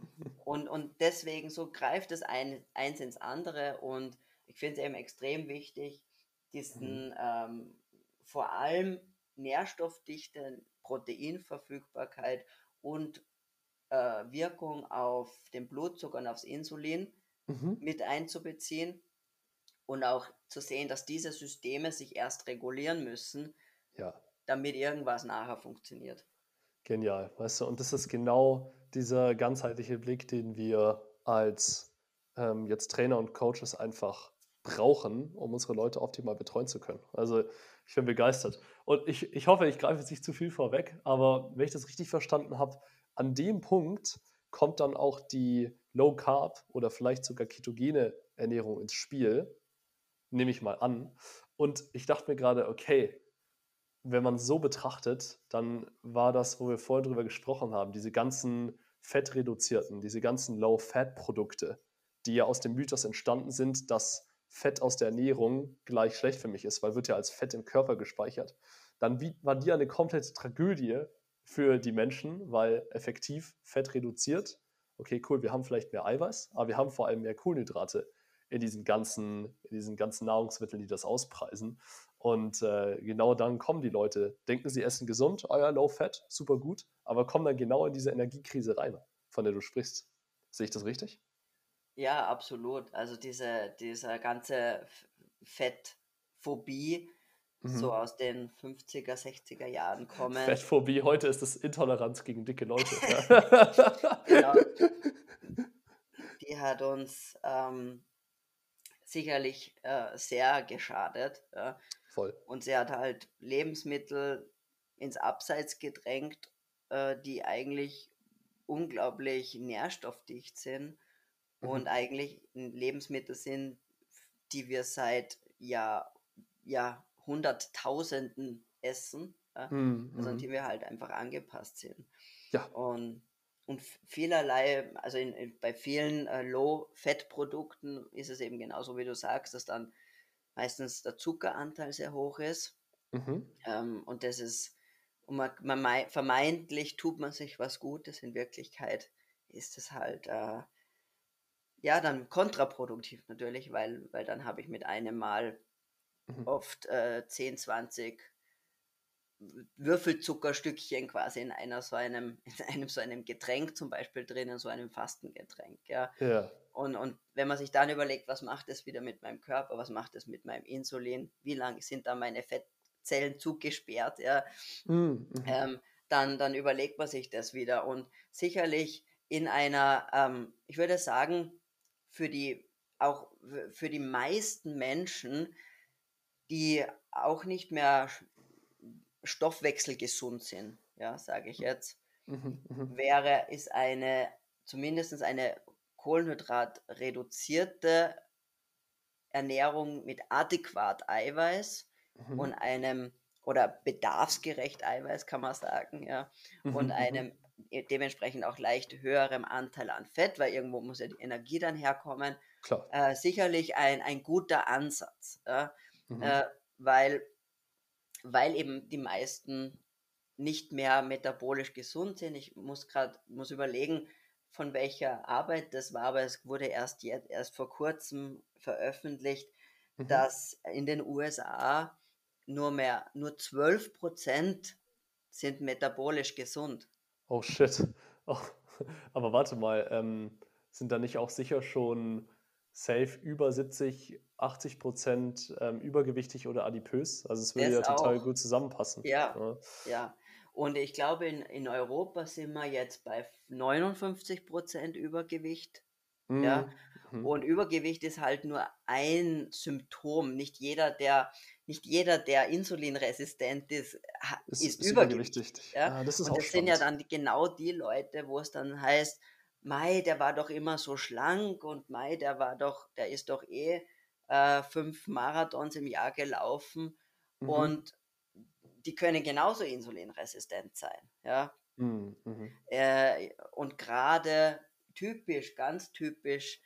S2: Und und deswegen so greift das ein eins ins andere und ich finde es eben extrem wichtig,
S1: Mhm.
S2: diesen, ähm, vor allem nährstoffdichte Proteinverfügbarkeit und, äh, Wirkung auf den Blutzucker und aufs Insulin
S1: Mhm.
S2: mit einzubeziehen und auch zu sehen, dass diese Systeme sich erst regulieren müssen,
S1: Ja.
S2: damit irgendwas nachher funktioniert.
S1: Genial, weißt du? Und das ist genau dieser ganzheitliche Blick, den wir als, ähm, jetzt Trainer und Coaches einfach brauchen, um unsere Leute optimal betreuen zu können. Also, ich bin begeistert. Und ich ich hoffe, ich greife jetzt nicht zu viel vorweg, aber wenn ich das richtig verstanden habe, an dem Punkt kommt dann auch die Low Carb oder vielleicht sogar ketogene Ernährung ins Spiel, nehme ich mal an. Und ich dachte mir gerade: „Okay, wenn man es so betrachtet, dann war das, wo wir vorhin drüber gesprochen haben, diese ganzen fettreduzierten, diese ganzen Low-Fat-Produkte, die ja aus dem Mythos entstanden sind, dass Fett aus der Ernährung gleich schlecht für mich ist, weil wird ja als Fett im Körper gespeichert. Dann wie war die eine komplette Tragödie für die Menschen, weil effektiv Fett reduziert. Okay, cool, wir haben vielleicht mehr Eiweiß, aber wir haben vor allem mehr Kohlenhydrate in diesen ganzen in diesen ganzen Nahrungsmitteln, die das auspreisen. Und, äh, genau dann kommen die Leute, denken, sie essen gesund, ah ja, Low Fat, super gut, aber kommen dann genau in diese Energiekrise rein, von der du sprichst. Sehe ich das richtig?
S2: Ja, absolut. Also diese diese ganze F Fettphobie so
S1: Mhm.
S2: aus den fünfziger, sechziger Jahren kommend.
S1: Fettphobie, heute ist es Intoleranz gegen dicke Leute, ja.
S2: Genau, die hat uns, ähm, sicherlich, äh, sehr geschadet, ja.
S1: Voll.
S2: Und sie hat halt Lebensmittel ins Abseits gedrängt, äh, die eigentlich unglaublich nährstoffdicht sind
S1: Mhm.
S2: und eigentlich 'n Lebensmittel sind, die wir seit Jahr Jahrhunderttausenden essen, ja,
S1: Mhm,
S2: also an die
S1: mhm.
S2: wir halt einfach angepasst sind.
S1: Ja.
S2: Und und v vielerlei also in in bei vielen, äh, Low-Fat-Produkten ist es eben genauso, wie du sagst, dass dann meistens der Zuckeranteil sehr hoch ist.
S1: Mhm.
S2: Ähm, und das ist und man man mei vermeintlich tut man sich was Gutes, in Wirklichkeit ist es halt, äh, ja, dann kontraproduktiv natürlich, weil weil dann habe ich mit einem Mal
S1: Mhm.
S2: oft, äh, zehn, zwanzig W Würfelzuckerstückchen quasi in einer so einem in einem so einem Getränk zum Beispiel drin, in so einem Fastengetränk, ja.
S1: Ja.
S2: Und und wenn man sich dann überlegt: „Was macht das wieder mit meinem Körper? Was macht das mit meinem Insulin? Wie lang sind da meine Fettzellen zugesperrt?“ Ja,
S1: Mhm, mhm.
S2: ähm, dann dann überlegt man sich das wieder und sicherlich in einer, ähm ich würde sagen, für die auch f für die meisten Menschen, die auch nicht mehr sch stoffwechselgesund sind, ja, sage ich jetzt,
S1: Mhm, mhm.
S2: wäre ist eine zumindest eine kohlenhydratreduzierte Ernährung mit adäquat Eiweiß
S1: Mhm.
S2: und einem oder bedarfsgerecht Eiweiß, kann man sagen, ja, und
S1: Mhm, mhm.
S2: einem dementsprechend auch leicht höherem Anteil an Fett, weil irgendwo muss ja die Energie dann herkommen.
S1: Klar.
S2: Äh, sicherlich ein, ein guter Ansatz, ja?
S1: Mhm.
S2: äh, weil, weil eben die meisten nicht mehr metabolisch gesund sind. Ich muss gerade muss überlegen, von welcher Arbeit das war, aber es wurde erst jetzt, erst vor kurzem veröffentlicht,
S1: Mhm.
S2: dass in den U S A nur mehr nur zwölf Prozent sind metabolisch gesund.
S1: Oh shit. Oh. Aber warte mal, ähm, sind da nicht auch sicher schon safe über siebzig, achtzig Prozent ähm, übergewichtig oder adipös? Also es würde
S2: Das
S1: ja total
S2: auch.
S1: gut zusammenpassen.
S2: Ja,
S1: Ja.
S2: ja. Und ich glaube, in, in Europa sind wir jetzt bei neunundfünfzig Prozent Übergewicht. Ja.
S1: Mhm. Mhm.
S2: Und Übergewicht ist halt nur ein Symptom. Nicht jeder, der, nicht jeder, der insulinresistent ist, ha-
S1: Ist,
S2: ist
S1: ist
S2: übergewichtig.
S1: übergewichtig.
S2: Ja.
S1: Ah, das ist
S2: Und
S1: auch
S2: das sind ja
S1: spannend.
S2: dann die, genau die Leute, wo es dann heißt, Mei, der war doch immer so schlank und Mei, der war doch, der ist doch eh äh, fünf Marathons im Jahr gelaufen.
S1: Mhm.
S2: Und die können genauso insulinresistent sein, ja.
S1: Mhm. Mhm.
S2: Äh, und gerade typisch, ganz typisch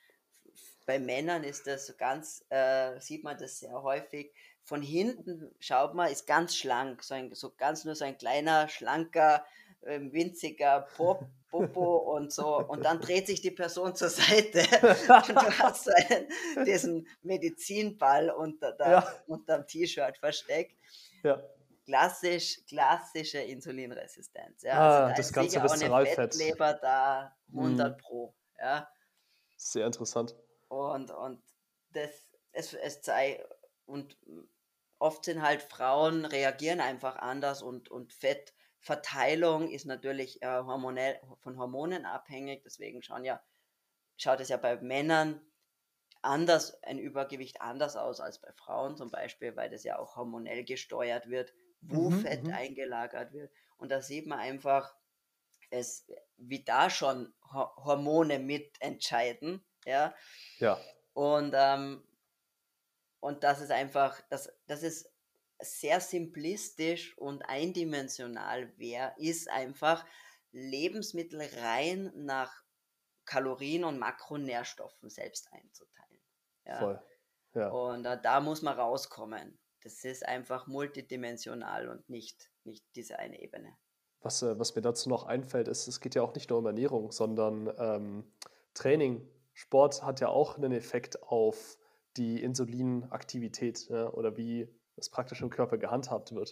S2: bei Männern ist das ganz, äh, sieht man das sehr häufig. Von hinten schaut man, ist ganz schlank, so, ein, so ganz nur so ein kleiner, schlanker, äh, winziger Pop, Popo und so. Und dann dreht sich die Person zur Seite und du hast so einen, diesen Medizinball unter,
S1: Ja,
S2: der, unter dem T-Shirt versteckt.
S1: ja.
S2: Klassisch, klassische Insulinresistenz. Ja, also
S1: Ah,
S2: da
S1: das
S2: ist
S1: ganze
S2: sicher auch eine
S1: Viszeralfett.
S2: Fettleber da,
S1: Mhm.
S2: hundert Pro. Ja,
S1: Sehr interessant.
S2: und, und das, es, es sei, und oft sind halt Frauen reagieren einfach anders und, und Fettverteilung ist natürlich äh, hormonell, von Hormonen abhängig. Deswegen schauen ja, schaut es ja bei Männern anders, ein Übergewicht anders aus als bei Frauen zum Beispiel, weil das ja auch hormonell gesteuert wird, wo
S1: Mhm.
S2: Fett
S1: Mhm.
S2: eingelagert wird. Und da sieht man einfach, es, wie da schon Ho- Hormone mitentscheiden, ja.
S1: Ja,
S2: Und, ähm, und das ist einfach, das, das ist sehr simplistisch und eindimensional wäre, ist einfach Lebensmittel rein nach Kalorien und Makronährstoffen selbst einzuteilen. Ja.
S1: voll. Ja.
S2: Und äh, da muss man rauskommen. Das ist einfach multidimensional und nicht, nicht diese eine Ebene.
S1: Was, äh, was mir dazu noch einfällt, ist, es geht ja auch nicht nur um Ernährung, sondern ähm, Training. Sport hat ja auch einen Effekt auf die Insulinaktivität, ja, oder wie es praktisch im Körper gehandhabt wird.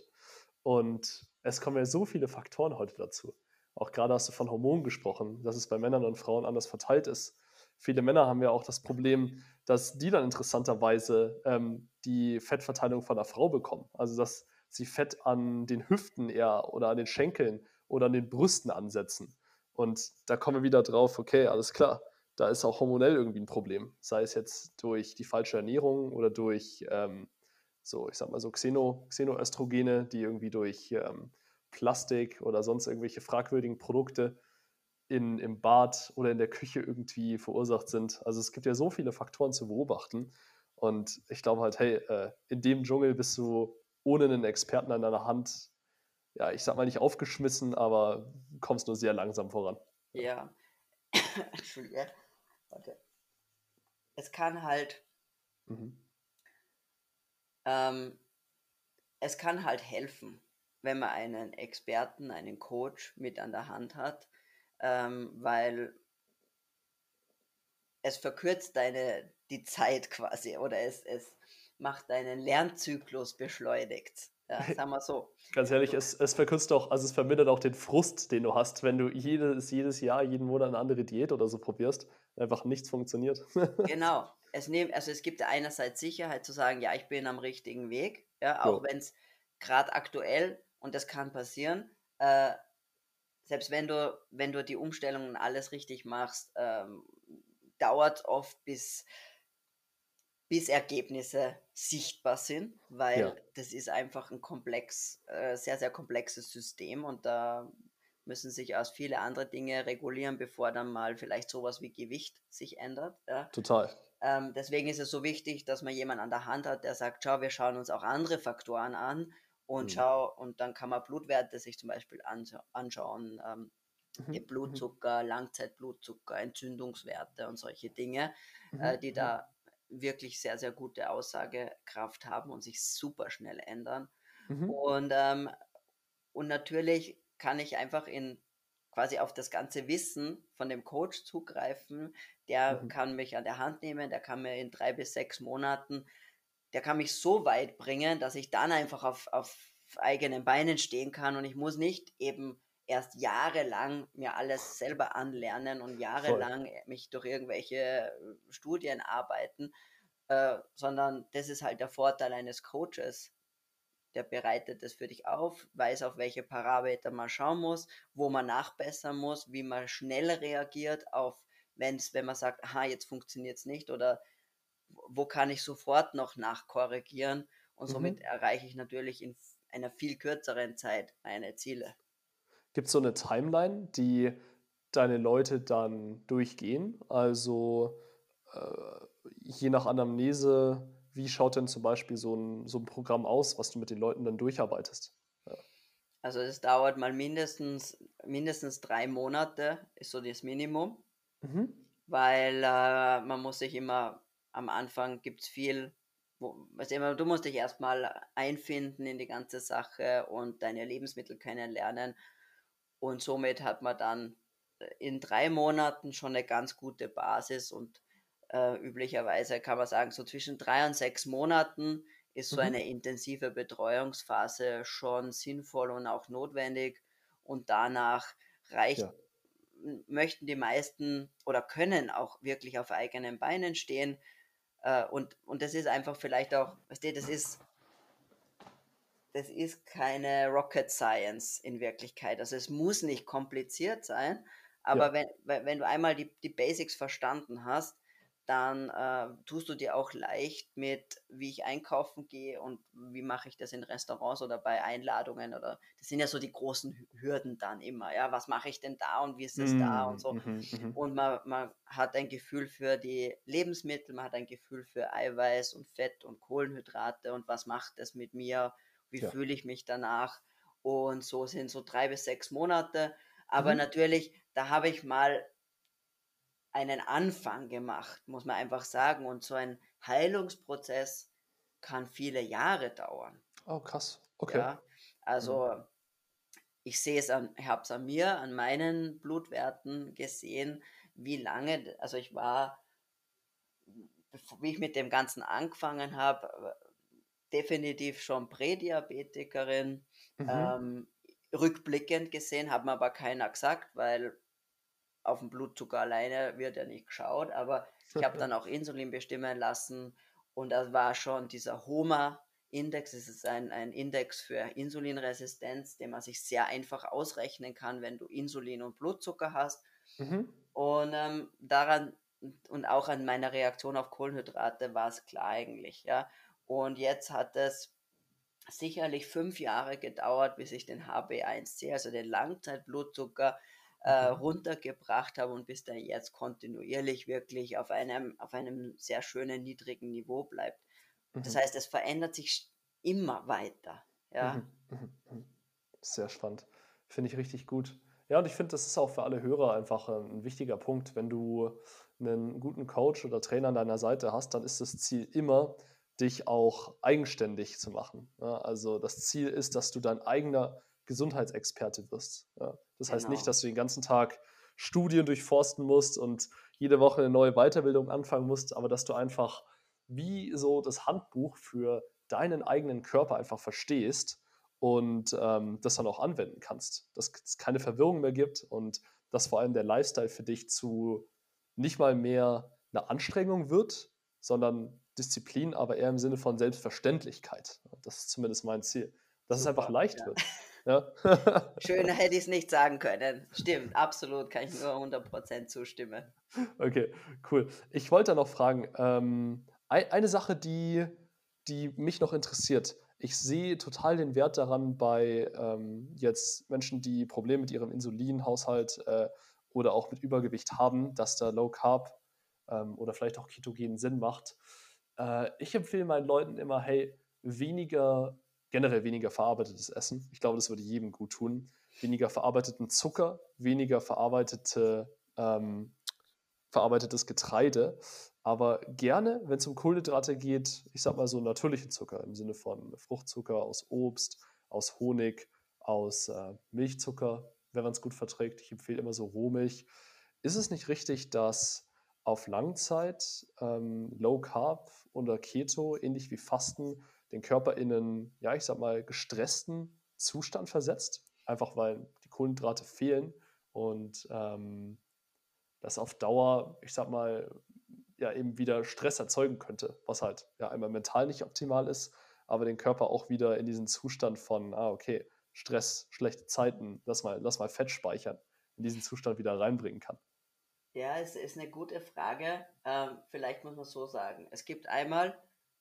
S1: Und es kommen ja so viele Faktoren heute dazu. Auch gerade hast du von Hormonen gesprochen, dass es bei Männern und Frauen anders verteilt ist. Viele Männer haben ja auch das Problem, dass die dann interessanterweise ähm, die Fettverteilung von der Frau bekommen. Also dass sie Fett an den Hüften eher oder an den Schenkeln oder an den Brüsten ansetzen. Und da kommen wir wieder drauf, okay, alles klar, da ist auch hormonell irgendwie ein Problem. Sei es jetzt durch die falsche Ernährung oder durch ähm, so, ich sag mal so Xeno, Xenoöstrogene, die irgendwie durch ähm, Plastik oder sonst irgendwelche fragwürdigen Produkte in, im Bad oder in der Küche irgendwie verursacht sind. Also es gibt ja so viele Faktoren zu beobachten. Und ich glaube halt, hey, äh, in dem Dschungel bist du ohne einen Experten an deiner Hand, ja, ich sag mal nicht aufgeschmissen, aber kommst nur sehr langsam voran. Ja.
S2: Ja, Entschuldige. Warte. Es kann halt,
S1: Mhm.
S2: ähm, es kann halt helfen, wenn man einen Experten, einen Coach mit an der Hand hat, ähm, weil es verkürzt deine die Zeit quasi oder es, es macht deinen Lernzyklus beschleunigt. Ja, sagen wir so.
S1: Ganz ehrlich,
S2: Du,
S1: es, es verkürzt auch, also es vermindert auch den Frust, den du hast, wenn du jedes, jedes Jahr, jeden Monat eine andere Diät oder so probierst. Einfach nichts funktioniert.
S2: Genau. Es nehm, also es gibt ja einerseits Sicherheit zu sagen, ja, ich bin am richtigen Weg, ja, auch
S1: Jo,
S2: wenn es gerade aktuell, und das kann passieren, äh, selbst wenn du, wenn du die Umstellungen alles richtig machst, ähm, dauert oft bis, bis Ergebnisse sichtbar sind,
S1: ja,
S2: weil das ist einfach ein komplex, äh, sehr, sehr komplexes System und da müssen sich erst viele andere Dinge regulieren, bevor dann mal vielleicht sowas wie Gewicht sich ändert. Ja.
S1: total.
S2: Ähm, deswegen ist es so wichtig, dass man jemanden an der Hand hat, der sagt, schau, wir schauen uns auch andere Faktoren an und
S1: Mhm.
S2: schau, und dann kann man Blutwerte sich zum Beispiel anscha anschauen, ähm, die
S1: Mhm. Mhm.
S2: Blutzucker, Langzeitblutzucker, Entzündungswerte und solche Dinge, äh,
S1: Mhm.
S2: die
S1: Mhm.
S2: da wirklich sehr, sehr gute Aussagekraft haben und sich super schnell ändern.
S1: Mhm.
S2: Und, ähm, und natürlich kann ich einfach in quasi auf das ganze Wissen von dem Coach zugreifen. Der
S1: Mhm.
S2: kann mich an der Hand nehmen, der kann mir in drei bis sechs Monaten der kann mich so weit bringen, dass ich dann einfach auf auf eigenen Beinen stehen kann und ich muss nicht eben erst jahrelang mir alles selber anlernen und
S1: Voll.
S2: jahrelang, äh, mich durch irgendwelche, äh, Studien arbeiten, äh, sondern das ist halt der Vorteil eines Coaches. Der bereitet es für dich auf, weiß, auf welche Parameter man schauen muss, wo man nachbessern muss, wie man schnell reagiert auf wenn's wenn man sagt: „Aha, jetzt funktioniert's nicht“ oder wo kann ich sofort noch nachkorrigieren und somit
S1: Mhm.
S2: erreiche ich natürlich in v einer viel kürzeren Zeit meine Ziele.
S1: Gibt's so 'ne Timeline, die deine Leute dann durchgehen? Also, äh, je nach Anamnese, wie schaut denn zum Beispiel so 'n so 'n Programm aus, was du mit den Leuten dann durcharbeitest? Ja.
S2: Also, es dauert mal mindestens mindestens drei Monate ist so das Minimum,
S1: Mhm.
S2: weil, äh, man muss sich immer am Anfang gibt's viel, wo weißt du immer, du musst dich erst mal einfinden in die ganze Sache und deine Lebensmittel kennenlernen. Und somit hat man dann, äh, in drei Monaten schon 'ne ganz gute Basis und, äh, üblicherweise kann man sagen, so zwischen drei und sechs Monaten ist so
S1: Mhm.
S2: eine intensive Betreuungsphase schon sinnvoll und auch notwendig. Und danach reicht
S1: Ja.
S2: m möchten die meisten oder können auch wirklich auf eigenen Beinen stehen. Äh, und und das ist einfach vielleicht auch weißt du, das ist das ist keine Rocket Science in Wirklichkeit. Also, es muss nicht kompliziert sein,
S1: Ja.
S2: aber wenn we wenn du einmal die die Basics verstanden hast, dann, äh, tust du dir auch leicht mit, wie ich einkaufen gehe und wie mache ich das in Restaurants oder bei Einladungen oder das sind ja so die großen Hü Hürden dann immer, ja: „Was mache ich denn da und wie ist es da?“ und
S1: Mhm.
S2: so.
S1: Mhm. Mhm.
S2: Und man man hat ein Gefühl für die Lebensmittel, man hat ein Gefühl für Eiweiß und Fett und Kohlenhydrate und was macht das mit mir? Wie
S1: Ja.
S2: fühle ich mich danach? Und so sind so drei bis sechs Monate. Aber
S1: Mhm.
S2: natürlich, da habe ich mal einen Anfang gemacht, muss man einfach sagen. Und so ein Heilungsprozess kann viele Jahre dauern,
S1: Oh, krass. Okay.
S2: ja?
S1: Mhm.
S2: Also, ich sehe es an ich habe es an mir, an meinen Blutwerten gesehen, wie lange d also, ich war bev wie ich mit dem Ganzen angefangen habe, äh, definitiv schon Prädiabetikerin.
S1: Mhm.
S2: Ähm, rückblickend gesehen, hat mir aber keiner gesagt, weil auf 'n Blutzucker alleine wird ja nicht geschaut, aber ich habe dann auch Insulin bestimmen lassen und das war schon dieser HOMA-Index. Das ist ein ein Index für Insulinresistenz, den man sich sehr einfach ausrechnen kann, wenn du Insulin und Blutzucker hast.
S1: Mhm.
S2: Und, ähm, daran und auch an meiner Reaktion auf Kohlenhydrate war's klar eigentlich, ja? Und jetzt hat es sicherlich fünf Jahre gedauert, bis ich den H b A eins C, also den Langzeitblutzucker, äh,
S1: Mhm.
S2: runtergebracht habe und bis der jetzt kontinuierlich wirklich auf einem auf einem sehr schönen niedrigen Niveau bleibt. Das
S1: Mhm.
S2: heißt, es verändert sich st immer weiter, ja?
S1: Mhm. Mhm. Mhm. Sehr spannend. Finde ich richtig gut. Ja, und ich finde, das ist auch für alle Hörer einfach, äh, 'n wichtiger Punkt. Wenn du 'nen guten Coach oder Trainer an deiner Seite hast, dann ist das Ziel immer, dich auch eigenständig zu machen, ne? Also, das Ziel ist, dass du dein eigener Gesundheitsexperte wirst, ja? Das heißt nicht,
S2: Genau.
S1: dass du den ganzen Tag Studien durchforsten musst und jede Woche 'ne neue Weiterbildung anfangen musst, aber dass du einfach wie so das Handbuch für deinen eigenen Körper einfach verstehst und, ähm, das dann auch anwenden kannst. Dass k es keine Verwirrung mehr gibt und dass vor allem der Lifestyle für dich zu nicht mal mehr 'ne Anstrengung wird, sondern Disziplin, aber eher im Sinne von Selbstverständlichkeit. Das ist zumindest mein Ziel, dass es einfach
S2: Super,
S1: leicht
S2: ja.
S1: wird, ja?
S2: Schöner hätte ich's nicht sagen können. Stimmt, absolut, kann ich nur hundert Prozent zustimmen.
S1: Okay, cool. Ich wollte da noch fragen, ähm, ei eine Sache, die die mich noch interessiert. Ich sehe total den Wert daran bei, ähm, jetzt Menschen, die Probleme mit ihrem Insulinhaushalt, äh, oder auch mit Übergewicht haben, dass da Low Carb, ähm, oder vielleicht auch Ketogen Sinn macht. Äh, ich empfehle meinen Leuten immer: „Hey, weniger generell weniger verarbeitetes Essen.“ Ich glaube, das würde jedem guttun. weniger verarbeiteten Zucker, weniger verarbeitete, ähm, verarbeitetes Getreide, aber gerne, wenn es um Kohlenhydrate geht, ich sage mal so natürlichen Zucker im Sinne von Fruchtzucker aus Obst, aus Honig, aus äh, Milchzucker, wenn man es gut verträgt. Ich empfehle immer so Rohmilch. Ist es nicht richtig, dass auf Langzeit ähm, Low Carb oder Keto, ähnlich wie Fasten, den Körper in einen, ja, ich sag mal, gestressten Zustand versetzt? Einfach weil die Kohlenhydrate fehlen und ähm, das auf Dauer, ich sag mal, ja, eben wieder Stress erzeugen könnte, was halt ja einmal mental nicht optimal ist, aber den Körper auch wieder in diesen Zustand von, ah, okay, Stress, schlechte Zeiten, lass mal, lass mal Fett speichern, in diesen Zustand wieder reinbringen kann.
S2: Ja, es ist eine gute Frage. Ähm, vielleicht muss man so sagen. Es gibt einmal,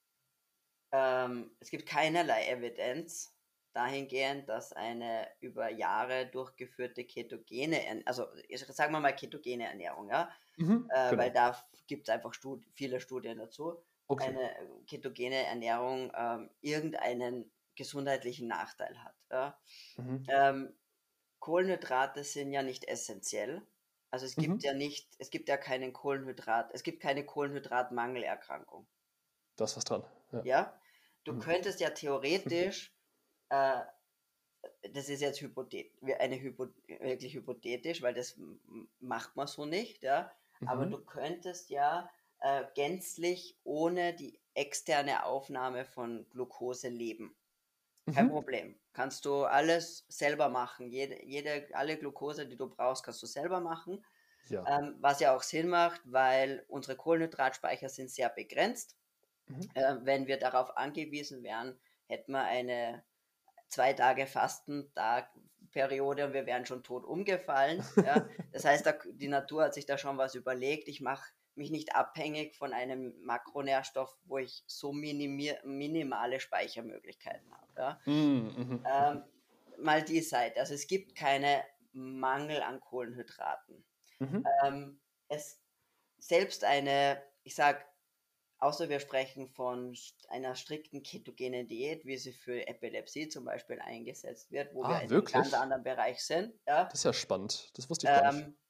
S2: ähm, es gibt keinerlei Evidenz dahingehend, dass eine über Jahre durchgeführte ketogene, Ern- also ich- sagen wir mal ketogene Ernährung, ja,
S1: Mhm,
S2: äh, weil
S1: genau.
S2: da gibt es einfach Stud viele Studien dazu,
S1: Okay.
S2: eine äh, ketogene Ernährung ähm, irgendeinen gesundheitlichen Nachteil hat. Ja.
S1: Mhm.
S2: Ähm, Kohlenhydrate sind ja nicht essentiell. Also es gibt
S1: Mhm.
S2: ja nicht, es gibt ja keinen Kohlenhydrat, es gibt keine Kohlenhydratmangelerkrankung.
S1: Da ist was dran. Ja.
S2: Ja? Du
S1: Mhm.
S2: könntest ja theoretisch, äh, das ist jetzt hypothet eine Hypo wirklich hypothetisch, weil das m- macht man so nicht, ja. Aber
S1: Mhm.
S2: du könntest ja äh, gänzlich ohne die externe Aufnahme von Glucose leben. Kein
S1: Mhm.
S2: Problem. Kannst du alles selber machen. Jede, jede, alle Glucose, die du brauchst, kannst du selber machen.
S1: Ja.
S2: Ähm, was ja auch Sinn macht, weil unsere Kohlenhydratspeicher sind sehr begrenzt.
S1: Mhm.
S2: Äh, wenn wir darauf angewiesen wären, hätten wir eine zwei Tage Fastentag-Periode und wir wären schon tot umgefallen. Ja? Das heißt, da, die Natur hat sich da schon was überlegt. Ich mache mich nicht abhängig von einem Makronährstoff, wo ich so minimier, minimale Speichermöglichkeiten habe. Ja?
S1: Mhm. Mhm.
S2: Ähm, mal die Seite. Also es gibt keine Mangel an Kohlenhydraten.
S1: Mhm.
S2: Ähm, es selbst eine, ich sag, außer wir sprechen von st- einer strikten ketogenen Diät, wie sie für Epilepsie zum Beispiel eingesetzt wird, wo wir
S1: Ah,
S2: in einem ganz
S1: wirklich?
S2: anderen Bereich sind. Ja?
S1: Das ist ja spannend. Das wusste ich gar nicht.
S2: Ähm,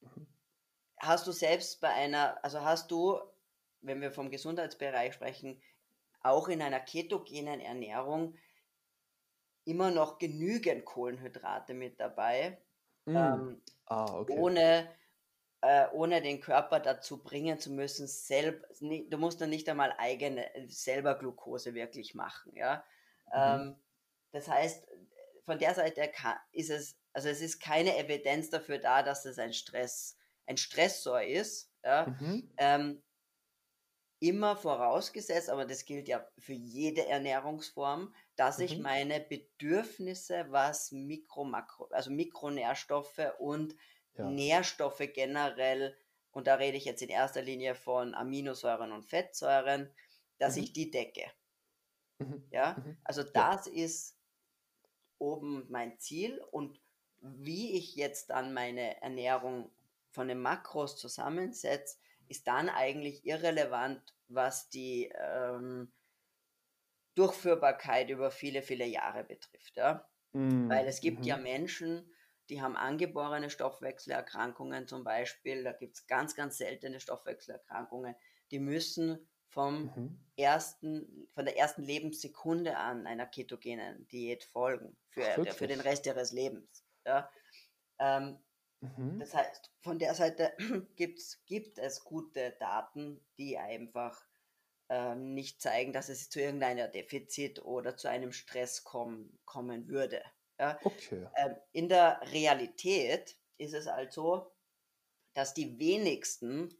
S2: hast du selbst bei einer, also hast du, wenn wir vom Gesundheitsbereich sprechen, auch in einer ketogenen Ernährung immer noch genügend Kohlenhydrate mit dabei,
S1: Mhm.
S2: ähm,
S1: Ah, okay.
S2: ohne, äh, ohne den Körper dazu bringen zu müssen, selb, ni- du musst dann nicht einmal eigene, äh, selber Glucose wirklich machen, ja.
S1: Mhm.
S2: Ähm, das heißt, von der Seite ka- ist es, also es ist keine Evidenz dafür da, dass es ein Stress, ein Stressor ist, ja.
S1: Mhm.
S2: Ähm, Immer vorausgesetzt, aber das gilt ja für jede Ernährungsform, dass ich
S1: Mhm.
S2: meine Bedürfnisse, was Mikro, Makro, also Mikronährstoffe und
S1: Ja.
S2: Nährstoffe generell, und da rede ich jetzt in erster Linie von Aminosäuren und Fettsäuren, dass
S1: Mhm.
S2: ich die decke.
S1: Mhm.
S2: Ja,
S1: Mhm.
S2: also
S1: Ja.
S2: das ist oben mein Ziel, und wie ich jetzt dann meine Ernährung von den Makros zusammensetze, ist dann eigentlich irrelevant, was die ähm, Durchführbarkeit über viele, viele Jahre betrifft. Ja? Weil
S1: Mhm.
S2: es gibt ja
S1: Mhm.
S2: Menschen, die haben angeborene Stoffwechselerkrankungen zum Beispiel, da gibt es ganz, ganz seltene Stoffwechselerkrankungen, die müssen vom
S1: Mhm.
S2: ersten, von der ersten Lebenssekunde an einer ketogenen Diät folgen,
S1: Ach,
S2: für, für den
S1: wirklich?
S2: Rest ihres Lebens. Ja? Ähm,
S1: Mhm.
S2: Das heißt, von der Seite gibt's, gibt es gute Daten, die einfach ähm, nicht zeigen, dass es zu irgendeiner Defizit oder zu einem Stress kommen, kommen würde. Ja?
S1: Okay.
S2: Ähm, in der Realität ist es also, dass die wenigsten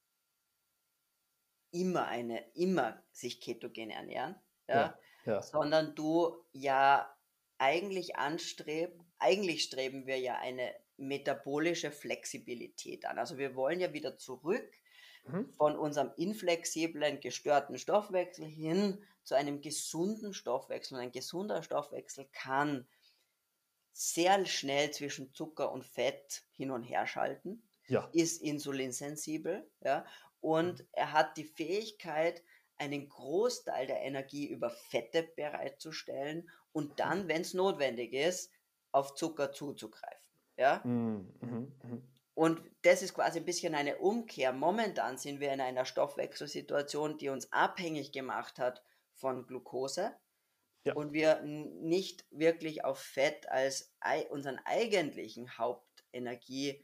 S2: immer eine, immer sich ketogen ernähren,
S1: Ja,
S2: ja,
S1: ja.
S2: sondern du ja eigentlich anstreb, eigentlich streben wir ja eine metabolische Flexibilität an. Also wir wollen ja wieder zurück
S1: Mhm.
S2: von unserem inflexiblen, gestörten Stoffwechsel hin zu einem gesunden Stoffwechsel. Und ein gesunder Stoffwechsel kann sehr schnell zwischen Zucker und Fett hin und her schalten,
S1: Ja.
S2: ist insulinsensibel, ja,
S1: Mhm.
S2: und er hat die Fähigkeit, einen Großteil der Energie über Fette bereitzustellen und
S1: Mhm.
S2: dann, wenn es notwendig ist, auf Zucker zuzugreifen. Ja?
S1: Mhm. Mhm. Mhm.
S2: Und das ist quasi ein bisschen eine Umkehr. Momentan sind wir in einer Stoffwechselsituation, die uns abhängig gemacht hat von Glucose
S1: Ja,
S2: und wir n nicht wirklich auf Fett als ei unseren eigentlichen Hauptenergiestoff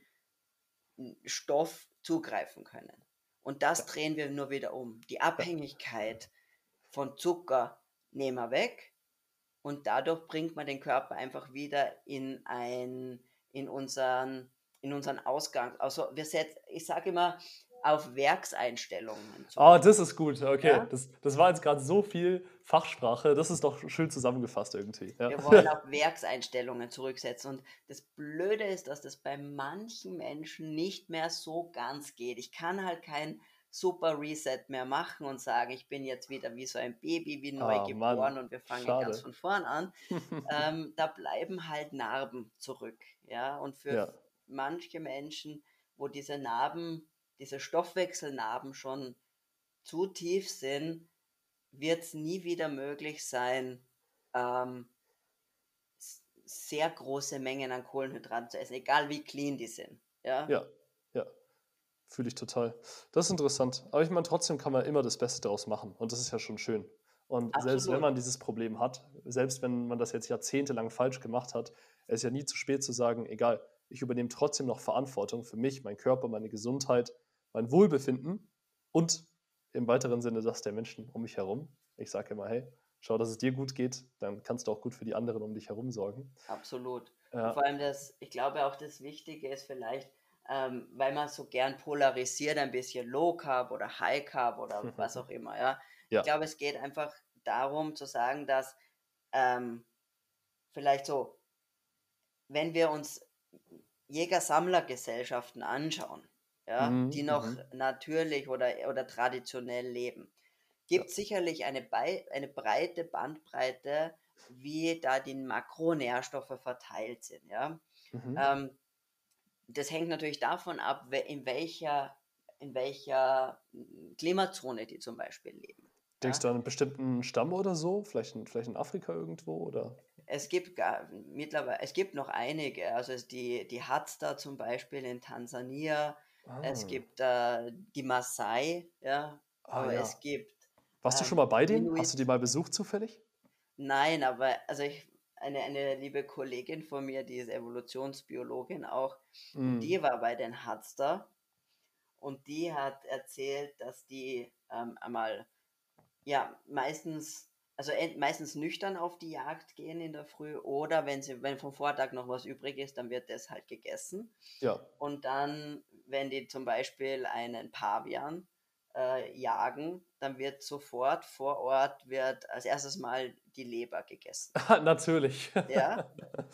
S2: zugreifen können. Und das
S1: ja,
S2: drehen wir nur wieder um. Die
S1: ja.
S2: Abhängigkeit von Zucker nehmen wir weg und dadurch bringt man den Körper einfach wieder in ein in unseren in unseren Ausgang also, wir setzen ich sage immer, auf Werkseinstellungen
S1: Ah,
S2: zurück,
S1: das ist gut. Okay,
S2: ja?
S1: das das war jetzt gerade so viel Fachsprache. Das ist doch schön zusammengefasst irgendwie, ja.
S2: Wir wollen auf Werkseinstellungen zurücksetzen und das Blöde ist, dass das bei manchen Menschen nicht mehr so ganz geht. Ich kann halt kein Super Reset mehr machen und sagen: „Ich bin jetzt wieder wie so ein Baby, wie neu
S1: Ah, Mann,
S2: geboren und wir fangen ganz
S1: schade.
S2: von vorn an." Ähm, da bleiben halt Narben zurück, ja? Und für
S1: Ja,
S2: v manche Menschen, wo diese Narben diese Stoffwechselnarben schon zu tief sind, wird es nie wieder möglich sein, ähm s sehr große Mengen an Kohlenhydraten zu essen, egal wie clean die sind, ja?
S1: ja, ja, fühle ich total. Das ist interessant. Aber ich meine, trotzdem kann man immer das Beste daraus machen und das ist ja schon schön. Und selbst wenn
S2: Absolut,
S1: man dieses Problem hat, selbst wenn man das jetzt jahrzehntelang falsch gemacht hat, es ist ja nie zu spät zu sagen: „Egal, ich übernehme trotzdem noch Verantwortung für mich, meinen Körper, meine Gesundheit, mein Wohlbefinden und im weiteren Sinne das der Menschen um mich herum.“ Ich sage immer: „Hey, schau, dass es dir gut geht, dann kannst du auch gut für die anderen um dich herum sorgen.“
S2: absolut. Und
S1: Ja.
S2: vor allem das ich glaube auch, das Wichtige ist vielleicht, ähm, weil man so gern polarisiert ein bisschen Low Carb oder High Carb oder was auch immer, ja? Ich
S1: Ja.
S2: glaube, es geht einfach darum zu sagen, dass, ähm, vielleicht so, wenn wir uns Jäger-Sammler-Gesellschaften anschauen, ja, die
S1: Mhm,
S2: noch
S1: mhm.
S2: natürlich oder oder traditionell leben,
S1: Ja.
S2: gibt sicherlich eine bei eine breite Bandbreite, wie da die Makronährstoffe verteilt sind, ja.
S1: Mhm.
S2: Ähm, das hängt natürlich davon ab, we in welcher in welcher, hm, Klimazone die zum Beispiel leben,
S1: Denkst
S2: ja.
S1: du an 'nen bestimmten Stamm oder so? Vielleicht in vielleicht in Afrika irgendwo oder?
S2: Es gibt gar mittlerweile es gibt noch einige, also es die die Hadza zum Beispiel in Tansania, es
S1: Ah.
S2: gibt, äh, die Maasai, ja,
S1: Ah
S2: aber es
S1: ja.
S2: gibt,
S1: Warst du schon
S2: ähm,
S1: mal bei denen? Hast du die
S2: Inuit.
S1: mal besucht zufällig?
S2: Nein, aber also ich eine eine liebe Kollegin von mir, die ist Evolutionsbiologin auch und
S1: Mhm.
S2: die war bei den Hadza und die hat erzählt, dass die, ähm, einmal ja, meistens also ent meistens nüchtern auf die Jagd gehen in der Früh oder wenn sie wenn vom Vortag noch was übrig ist, dann wird das halt gegessen.
S1: Ja.
S2: Und dann, wenn die zum Beispiel einen Pavian, äh, jagen, dann wird sofort vor Ort wird als erstes Mal die Leber gegessen.
S1: Natürlich.
S2: Ja,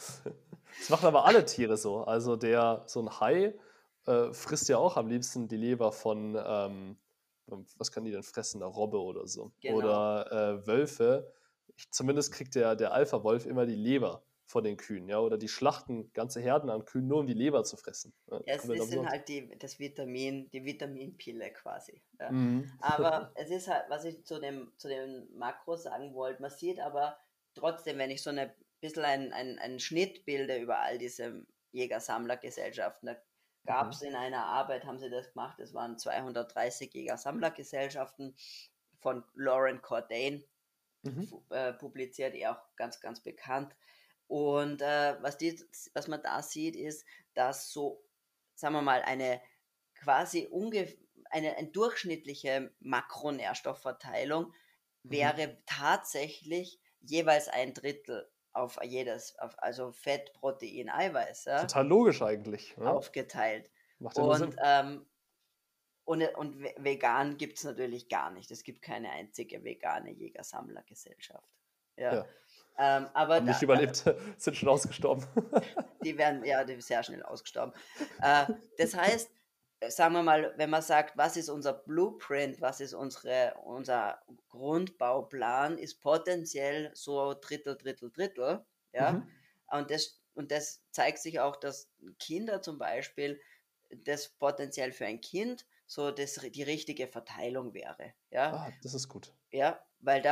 S1: Das machen aber alle Tiere so. Also, der so 'n Hai, äh, frisst ja auch am liebsten die Leber von, ähm ähm, was kann die denn fressen? 'Ne Robbe oder so.
S2: genau.
S1: Oder, äh, Wölfe. Ich zumindest kriegt der der Alpha-Wolf immer die Leber von den Kühen, ja, oder die schlachten ganze Herden an Kühen, nur um die Leber zu fressen. Ja,
S2: Ja, es
S1: komplett
S2: das sind
S1: absurd.
S2: halt die das Vitamin die Vitaminpille quasi, ja.
S1: Mhm.
S2: Aber es ist halt was ich zu dem zu den Makros sagen wollte, man sieht aber trotzdem, wenn ich so 'ne bisschen ein ein ein Schnitt bilde über all diese Jäger-Sammler-Gesellschaften, da
S1: Mhm.
S2: gab's in einer Arbeit haben sie das gemacht, das waren zweihundertdreißig Jäger-Sammler-Gesellschaften von Lauren Cordain
S1: Mhm.
S2: fu äh, publiziert, eh auch ganz, ganz bekannt. Und, äh, was die was man da sieht, ist, dass so, sagen wir mal, eine quasi ungef eine ein durchschnittliche Makronährstoffverteilung
S1: Mhm.
S2: wäre tatsächlich jeweils ein Drittel auf jedes auf also Fett, Protein, Eiweiß, ja,
S1: Total logisch eigentlich, ja.
S2: aufgeteilt.
S1: Macht ja nur
S2: Und,
S1: Sinn.
S2: ähm und, äh und ve vegan gibt's natürlich gar nicht. Es gibt keine einzige vegane Jäger-Sammler-Gesellschaft. Ja,
S1: Ja.
S2: ähm, aber
S1: Haben nicht
S2: da da
S1: überlebt, sind schon ausgestorben.
S2: die werden ja, die sehr schnell ausgestorben. Äh, das heißt, äh, sagen wir mal, wenn man sagt: „Was ist unser Blueprint? Was ist unsere unser Grundbauplan?", ist potenziell so Drittel, Drittel, Drittel, ja?
S1: Mhm.
S2: Und das und das zeigt sich auch, dass Kinder zum Beispiel das potenziell für ein Kind so das die richtige Verteilung wäre, ja?
S1: Ah, das ist gut.
S2: Ja, weil da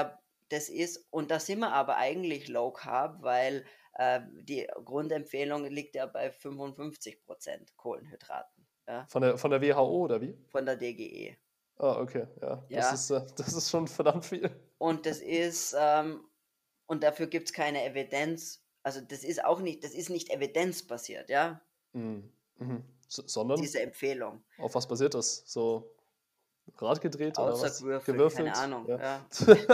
S2: das ist, und da sind wir aber eigentlich Low Carb, weil äh, die Grundempfehlung liegt ja bei fünfundfünfzig Prozent Kohlenhydraten, ja,
S1: Von der, von der W H O oder wie?
S2: von der D G E.
S1: Ah, okay, ja. Das
S2: Ja,
S1: ist, äh, das ist schon verdammt viel.
S2: und das ist, ähm, und dafür gibt es keine Evidenz. Also das ist auch nicht, das ist nicht evidenzbasiert, ja,
S1: Mhm. Mhm. S sondern?
S2: diese Empfehlung.
S1: Auf was basiert das? So Rad gedreht oder was?
S2: Ausgewürfelt, keine
S1: Gewürfelt?
S2: Ahnung,
S1: Ja.
S2: ja.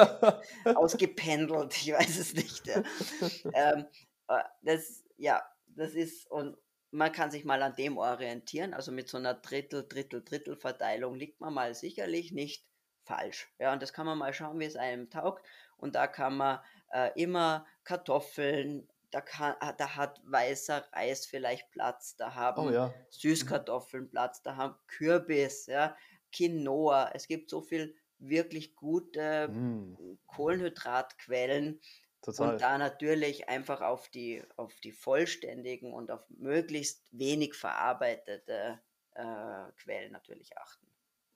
S2: Ausgependelt, ich weiß es nicht. Ja. Ähm, äh, das, ja, das ist, und man kann sich mal an dem orientieren. Also mit so einer Drittel, Drittel, Drittel-Verteilung liegt man mal sicherlich nicht falsch. Ja, und das kann man mal schauen, wie es einem taugt. Und da kann man äh, immer Kartoffeln, da, kann, ah, da hat weißer Reis vielleicht Platz, da
S1: Oh
S2: haben
S1: ja. Mhm.
S2: Süßkartoffeln Platz, da haben Kürbis, ja, Quinoa. Es gibt so viel wirklich gute
S1: Mhm.
S2: Kohlenhydratquellen, und
S1: Total.
S2: da natürlich einfach auf die auf die vollständigen und auf möglichst wenig verarbeitete, äh, Quellen natürlich achten.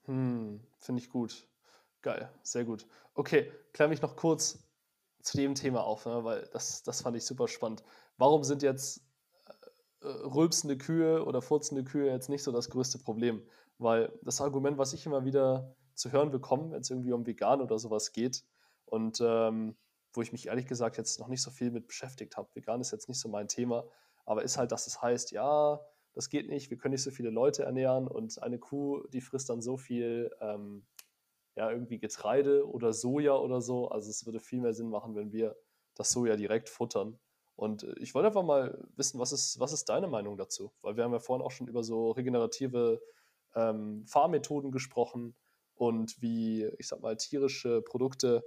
S1: Hm, finde ich gut. Geil, sehr gut. Okay, klär mich noch kurz zu dem Thema auf, ne, weil das das fand ich super spannend. Warum sind jetzt, äh, rülpsende Kühe oder furzende Kühe jetzt nicht so das größte Problem? Weil das Argument, was ich immer wieder zu hören bekomme, wenn es irgendwie um vegan oder sowas geht und, ähm, wo ich mich ehrlich gesagt jetzt noch nicht so viel mit beschäftigt habe. Vegan ist jetzt nicht so mein Thema, aber ist halt, dass es heißt: „Ja, das geht nicht, wir können nicht so viele Leute ernähren und eine Kuh, die frisst dann so viel, ähm, ja, irgendwie Getreide oder Soja oder so. Also es würde viel mehr Sinn machen, wenn wir das Soja direkt futtern. Und äh, ich wollte einfach mal wissen, was ist, was ist deine Meinung dazu? Weil wir haben ja vorhin auch schon über so regenerative ähm, Fahrmethoden gesprochen und wie, ich sag mal, tierische Produkte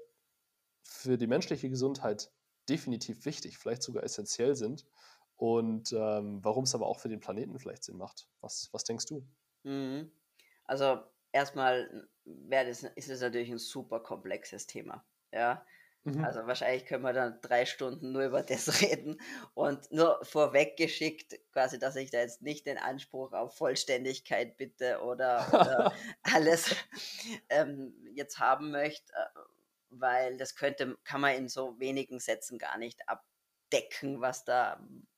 S1: für die menschliche Gesundheit definitiv wichtig, vielleicht sogar essentiell sind. Und ähm, warum es aber auch für den Planeten vielleicht Sinn macht. Was, was denkst du?
S2: Mhm. Also, erstmal wäre das ist es natürlich ein super komplexes Thema, ja?
S1: Mhm.
S2: Also, wahrscheinlich können wir dann drei Stunden nur über das reden, und nur vorweggeschickt quasi, dass ich da jetzt nicht den Anspruch auf Vollständigkeit bitte oder oder alles, ähm, jetzt haben möchte, äh, weil das könnte kann man in so wenigen Sätzen gar nicht abdecken, was da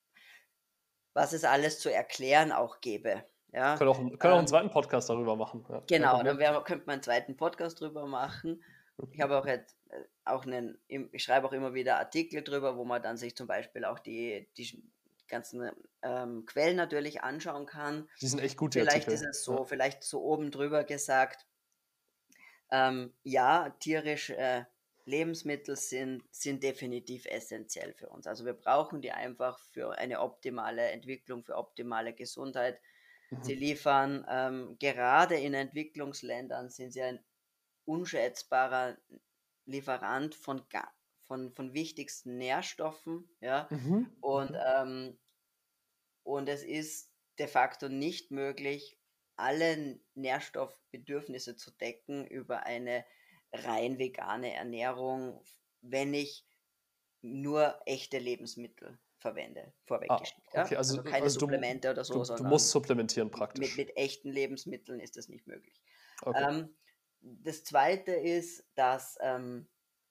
S2: was es alles zu erklären auch gäbe, ja?
S1: Können auch 'n können auch 'n
S2: Ähm
S1: zweiten Podcast darüber machen, ja, kein
S2: Genau, dann
S1: Problem.
S2: wär könnte man 'n zweiten Podcast drüber machen. Ich habe auch jetzt, äh, auch 'nen im ich schreibe auch immer wieder Artikel drüber, wo man dann sich zum Beispiel auch die die sch ganzen, ähm, Quellen natürlich anschauen kann.
S1: Die sind echt gut, die
S2: Vielleicht ist
S1: Artikel.
S2: es
S1: Ja.
S2: so vielleicht so oben drüber gesagt, ähm, ja, tierische äh, Lebensmittel sind sind definitiv essentiell für uns. Also, wir brauchen die einfach für eine optimale Entwicklung, für optimale Gesundheit.
S1: Mhm.
S2: Sie liefern, ähm, gerade in Entwicklungsländern sind sie ein unschätzbarer Lieferant von ga von von wichtigsten Nährstoffen, ja?
S1: Mhm.
S2: Und,
S1: Mhm.
S2: ähm und es ist de facto nicht möglich, alle Nährstoffbedürfnisse zu decken über eine rein vegane Ernährung, wenn ich nur echte Lebensmittel verwende,
S1: Ah,
S2: vorweggeschickt,
S1: okay,
S2: ja?
S1: also
S2: Also, keine
S1: also du
S2: Supplemente oder so,
S1: du du musst
S2: sondern
S1: supplementieren
S2: mit
S1: praktisch.
S2: mit echten Lebensmitteln ist das nicht möglich.
S1: Okay.
S2: Ähm, das Zweite ist, dass, ähm,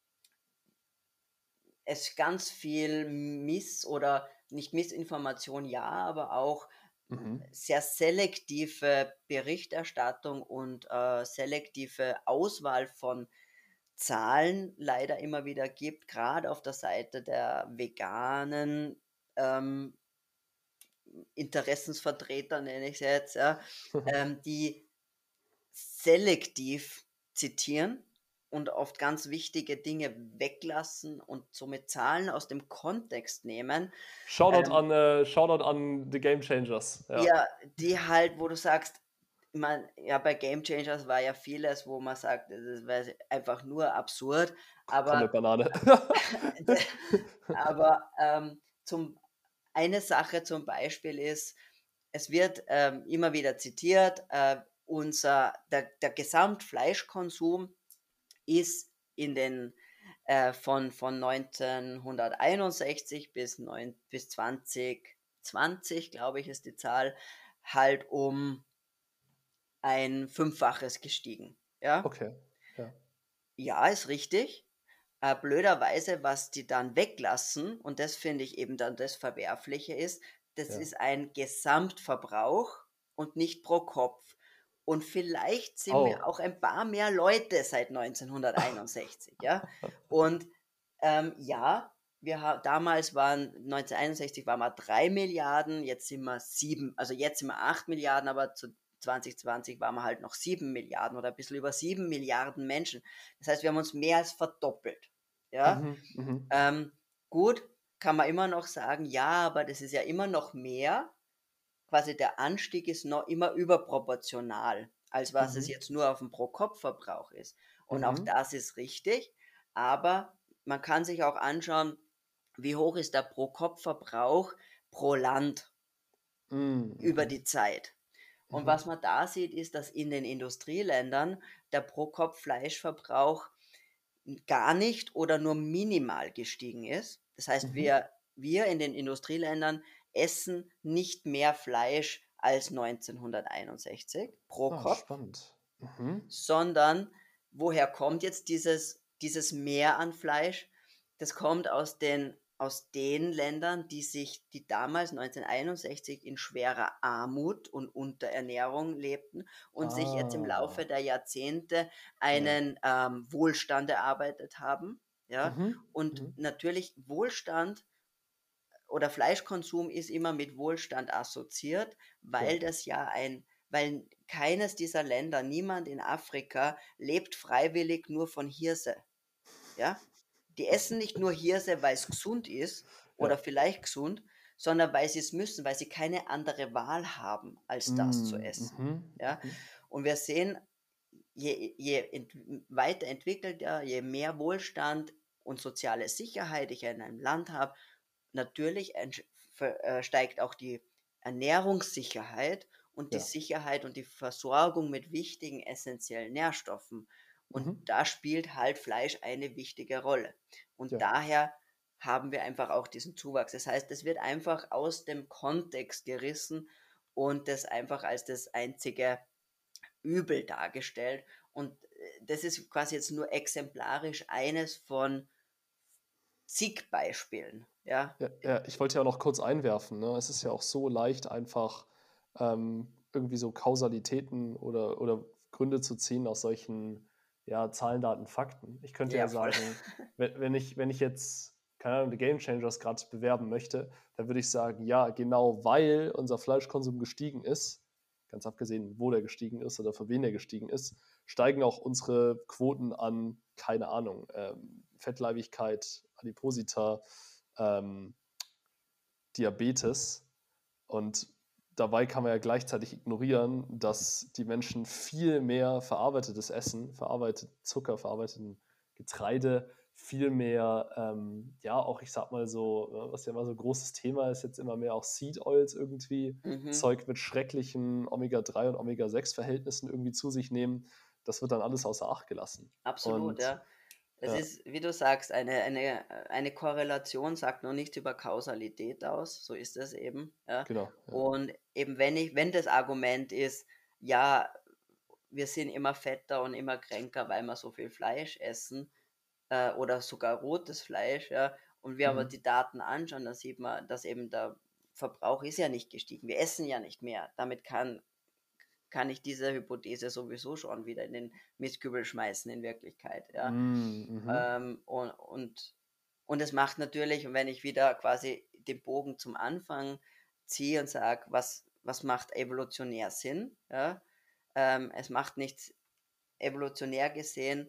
S2: es ganz viel Miss oder nicht Missinformation, ja, aber auch
S1: Mhm.
S2: sehr selektive Berichterstattung und, äh, selektive Auswahl von Zahlen leider immer wieder gibt, gerade auf der Seite der veganen, ähm, Interessensvertreter, nenne ich sie jetzt, ja, ähm, die selektiv zitieren und oft ganz wichtige Dinge weglassen und somit Zahlen aus dem Kontext nehmen.
S1: Shoutout
S2: Ähm,
S1: an äh, Shoutout an The Game Changers. Ja,
S2: ja, die halt, wo du sagst, ich meine, ja, bei Game Changers war ja vieles, wo man sagt, das wäre einfach nur absurd,
S1: komplett
S2: aber
S1: Banane.
S2: aber, ähm, zum eine Sache zum Beispiel ist, es wird, ähm, immer wieder zitiert, äh, unser der der Gesamtfleischkonsum ist in den äh, von von neunzehnhunderteinundsechzig bis neun bis zwanzig zwanzig, glaube ich, ist die Zahl, halt um ein Fünffaches gestiegen, ja?
S1: Okay, ja.
S2: Ja, ist richtig. Äh, blöderweise, was die dann weglassen, und das finde ich eben dann das Verwerfliche ist, das
S1: Ja.
S2: ist ein Gesamtverbrauch und nicht pro Kopf. Und vielleicht sind wir
S1: Oh.
S2: auch ein paar mehr Leute seit neunzehnhunderteinundsechzig, ja? Und, ähm, ja, wir ha damals waren neunzehnhunderteinundsechzig waren wir drei Milliarden, jetzt sind wir sieben, also jetzt sind wir acht Milliarden, aber zu zwanzig zwanzig waren wir halt noch sieben Milliarden oder ein bisschen über sieben Milliarden Menschen. Das heißt, wir haben uns mehr als verdoppelt, ja?
S1: Mhm, mhm.
S2: Ähm, gut, kann man immer noch sagen: „Ja, aber das ist ja immer noch mehr." Quasi der Anstieg ist noch immer überproportional, als was es
S1: Mhm,
S2: jetzt nur auf auf'm Pro-Kopf-Verbrauch ist. Und auch
S1: mhm.
S2: das ist richtig, aber man kann sich auch anschauen, wie hoch ist der Pro-Kopf-Verbrauch pro Land
S1: Mhm,
S2: über
S1: mhm,
S2: die Zeit. Und
S1: mhm.
S2: was man da sieht, ist, dass in den Industrieländern der Pro-Kopf-Fleischverbrauch gar nicht oder nur minimal gestiegen ist. Das heißt,
S1: Mhm.
S2: wir wir in den Industrieländern essen nicht mehr Fleisch als neunzehnhunderteinundsechzig pro
S1: Ah,
S2: Kopf,
S1: spannend. Mhm.
S2: sondern woher kommt jetzt dieses dieses Mehr an Fleisch? Das kommt aus den aus den Ländern, die sich die damals neunzehnhunderteinundsechzig in schwerer Armut und Unterernährung lebten und sich jetzt im Laufe
S1: Ah,
S2: der Jahrzehnte
S1: ja.
S2: einen, ähm, Wohlstand erarbeitet haben, ja?
S1: Mhm,
S2: Und
S1: mhm.
S2: natürlich Wohlstand oder Fleischkonsum ist immer mit Wohlstand assoziiert,
S1: Ja.
S2: weil das ja ein weil keines dieser Länder, niemand in Afrika lebt freiwillig nur von Hirse, ja? Die essen nicht nur Hirse, weil es gesund ist
S1: Ja.
S2: oder vielleicht gesund, sondern weil sie es müssen, weil sie keine andere Wahl haben, als das zu
S1: Mhm,
S2: essen,
S1: mhm,
S2: ja?
S1: mhm.
S2: Und wir sehen, je je ent weiterentwickelter, je mehr Wohlstand und soziale Sicherheit ich in einem Land habe, natürlich entsch ver äh, steigt auch die Ernährungssicherheit und die
S1: Ja.
S2: Sicherheit und die Versorgung mit wichtigen essenziellen Nährstoffen. Und
S1: Mhm.
S2: da spielt halt Fleisch eine wichtige Rolle. Und
S1: Ja.
S2: daher haben wir einfach auch diesen Zuwachs. Das heißt, es wird einfach aus dem Kontext gerissen und das einfach als das einzige Übel dargestellt. Und, äh, das ist quasi jetzt nur exemplarisch eines von zig Beispielen, ja?
S1: Ja, ja, ich wollte ja noch kurz einwerfen, ne? Es ist ja auch so leicht, einfach, ähm, irgendwie so Kausalitäten oder oder Gründe zu ziehen aus solchen, ja, Zahlen, Daten, Fakten. Ich könnte ja
S2: Ja, voll.
S1: sagen, we wenn ich wenn ich jetzt, keine Ahnung, die Game Changers gerade bewerben möchte, dann würde ich sagen: „Ja, genau weil unser Fleischkonsum gestiegen ist, ganz abgesehen, wo der gestiegen ist oder für wen der gestiegen ist, steigen auch unsere Quoten an, keine Ahnung, ähm, Fettleibigkeit, Adiposita, ähm, Diabetes. Und dabei kann man ja gleichzeitig ignorieren, dass die Menschen viel mehr verarbeitetes Essen, verarbeitet Zucker, verarbeiteten Getreide, viel mehr, ähm, ja, auch ich sag mal so, äh, was ja immer so ein großes Thema ist, jetzt immer mehr auch Seed Oils irgendwie,
S2: Mhm,
S1: Zeug mit schrecklichen Omega drei und Omega sechs Verhältnissen irgendwie zu sich nehmen. Das wird dann alles außer Acht gelassen.
S2: absolut,
S1: Und
S2: ja. Es
S1: ja,
S2: ist, wie du sagst, eine eine äh, eine Korrelation sagt noch nichts über Kausalität aus, so ist es eben, ja.
S1: genau, ja.
S2: Und eben wenn ich wenn das Argument ist: „Ja, wir sind immer fetter und immer kränker, weil wir so viel Fleisch essen", äh, oder sogar rotes Fleisch, ja, und wir aber
S1: Mhm.
S2: die Daten anschauen, dann sieht man, dass eben der Verbrauch ist ja nicht gestiegen. Wir essen ja nicht mehr. Damit kann kann ich diese Hypothese sowieso schon wieder in den Mistkübel schmeißen in Wirklichkeit, ja.
S1: Mhm, mhm.
S2: Ähm, und und und es macht natürlich, wenn ich wieder quasi den Bogen zum Anfang ziehe und sage: „Was was macht evolutionär Sinn?", ja? Ähm, es macht nichts evolutionär gesehen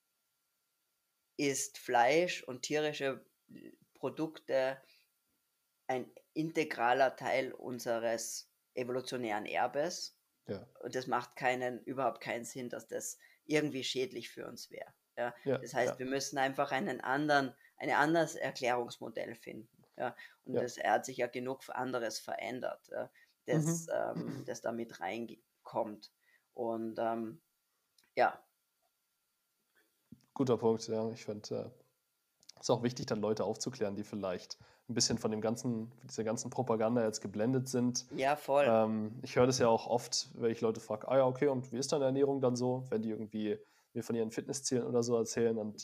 S2: ist Fleisch und tierische Produkte ein integraler Teil unseres evolutionären Erbes.
S1: Ja,
S2: Und das macht keinen überhaupt keinen Sinn, dass das irgendwie schädlich für uns wäre. Ja,
S1: ja,
S2: das heißt,
S1: ja,
S2: wir müssen einfach einen anderen ein anderes Erklärungsmodell finden, ja? Und
S1: ja.
S2: das er hat sich ja genug für anderes verändert, ja, das,
S1: Mhm.
S2: ähm das da mit reinkommt. Und, ähm, ja,
S1: Guter Punkt, ja. Ich finde, äh, ist auch wichtig, dann Leute aufzuklären, die vielleicht ein bisschen von dem ganzen von dieser ganzen Propaganda jetzt geblendet sind.
S2: ja, voll.
S1: Ähm, ich höre das ja auch oft, wenn ich Leute frage: „Ah ja, okay, und wie ist deine Ernährung dann so?", wenn die irgendwie mir von ihren Fitnesszielen oder so erzählen. Und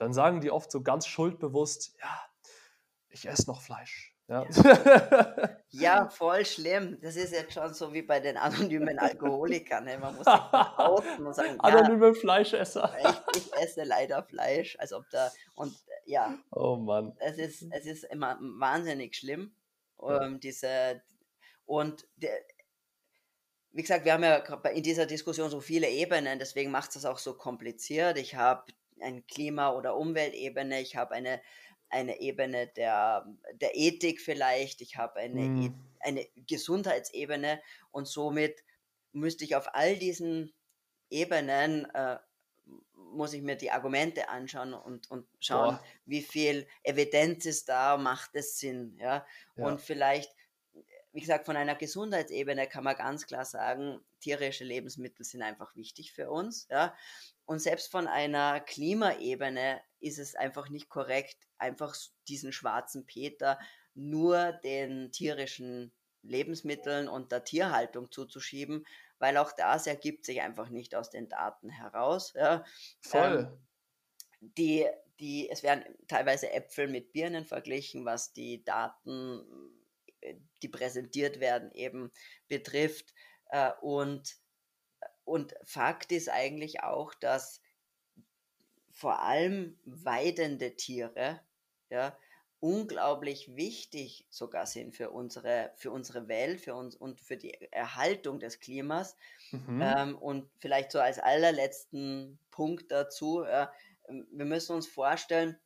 S1: dann sagen die oft so ganz schuldbewusst: „Ja, ich esse noch Fleisch.“ Ja.
S2: Ja. Ja, voll schlimm. Das ist jetzt schon so wie bei den anonymen Alkoholikern, ne? Man muss sich dann outen und sagen: „Ja,
S1: Anonyme Fleischesser.
S2: ich ich esse leider Fleisch“, als ob da und äh, ja,
S1: Oh Mann.
S2: es ist es ist immer wahnsinnig schlimm,
S1: Ja.
S2: ähm, diese und der wie gesagt, wir haben ja grad bei in dieser Diskussion so viele Ebenen, deswegen macht es das auch so kompliziert. Ich habe eine Klima oder Umweltebene, ich habe eine eine Ebene der der Ethik vielleicht, ich habe eine
S1: Mhm.
S2: E eine Gesundheitsebene und somit müsste ich auf all diesen Ebenen, äh, muss ich mir die Argumente anschauen und und schauen,
S1: Boah,
S2: wie viel Evidenz ist da, macht es Sinn, ja? Und
S1: ja,
S2: vielleicht wie gesagt, von einer Gesundheitsebene kann man ganz klar sagen, tierische Lebensmittel sind einfach wichtig für uns, ja. Und selbst von einer Klimaebene ist es einfach nicht korrekt, einfach s diesen schwarzen Peter nur den tierischen Lebensmitteln und der Tierhaltung zuzuschieben, weil auch das ergibt sich einfach nicht aus den Daten heraus, ja.
S1: voll.
S2: Ähm, die die es werden teilweise Äpfel mit Birnen verglichen, was die Daten, äh, die präsentiert werden, eben betrifft. Äh, und und Fakt ist eigentlich auch, dass vor allem weidende Tiere, ja, unglaublich wichtig sogar sind für unsere für unsere Welt, für uns und für die Erhaltung des Klimas.
S1: Mhm.
S2: Ähm, und vielleicht so als allerletzten Punkt dazu, ja, ähm, wir müssen uns vorstellen,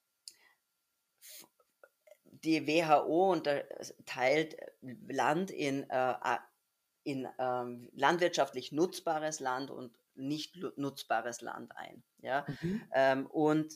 S2: f die W H O unterteilt Land in, äh, a in, ähm, landwirtschaftlich nutzbares Land und nicht lu nutzbares Land ein, ja?
S1: Mhm.
S2: Ähm, und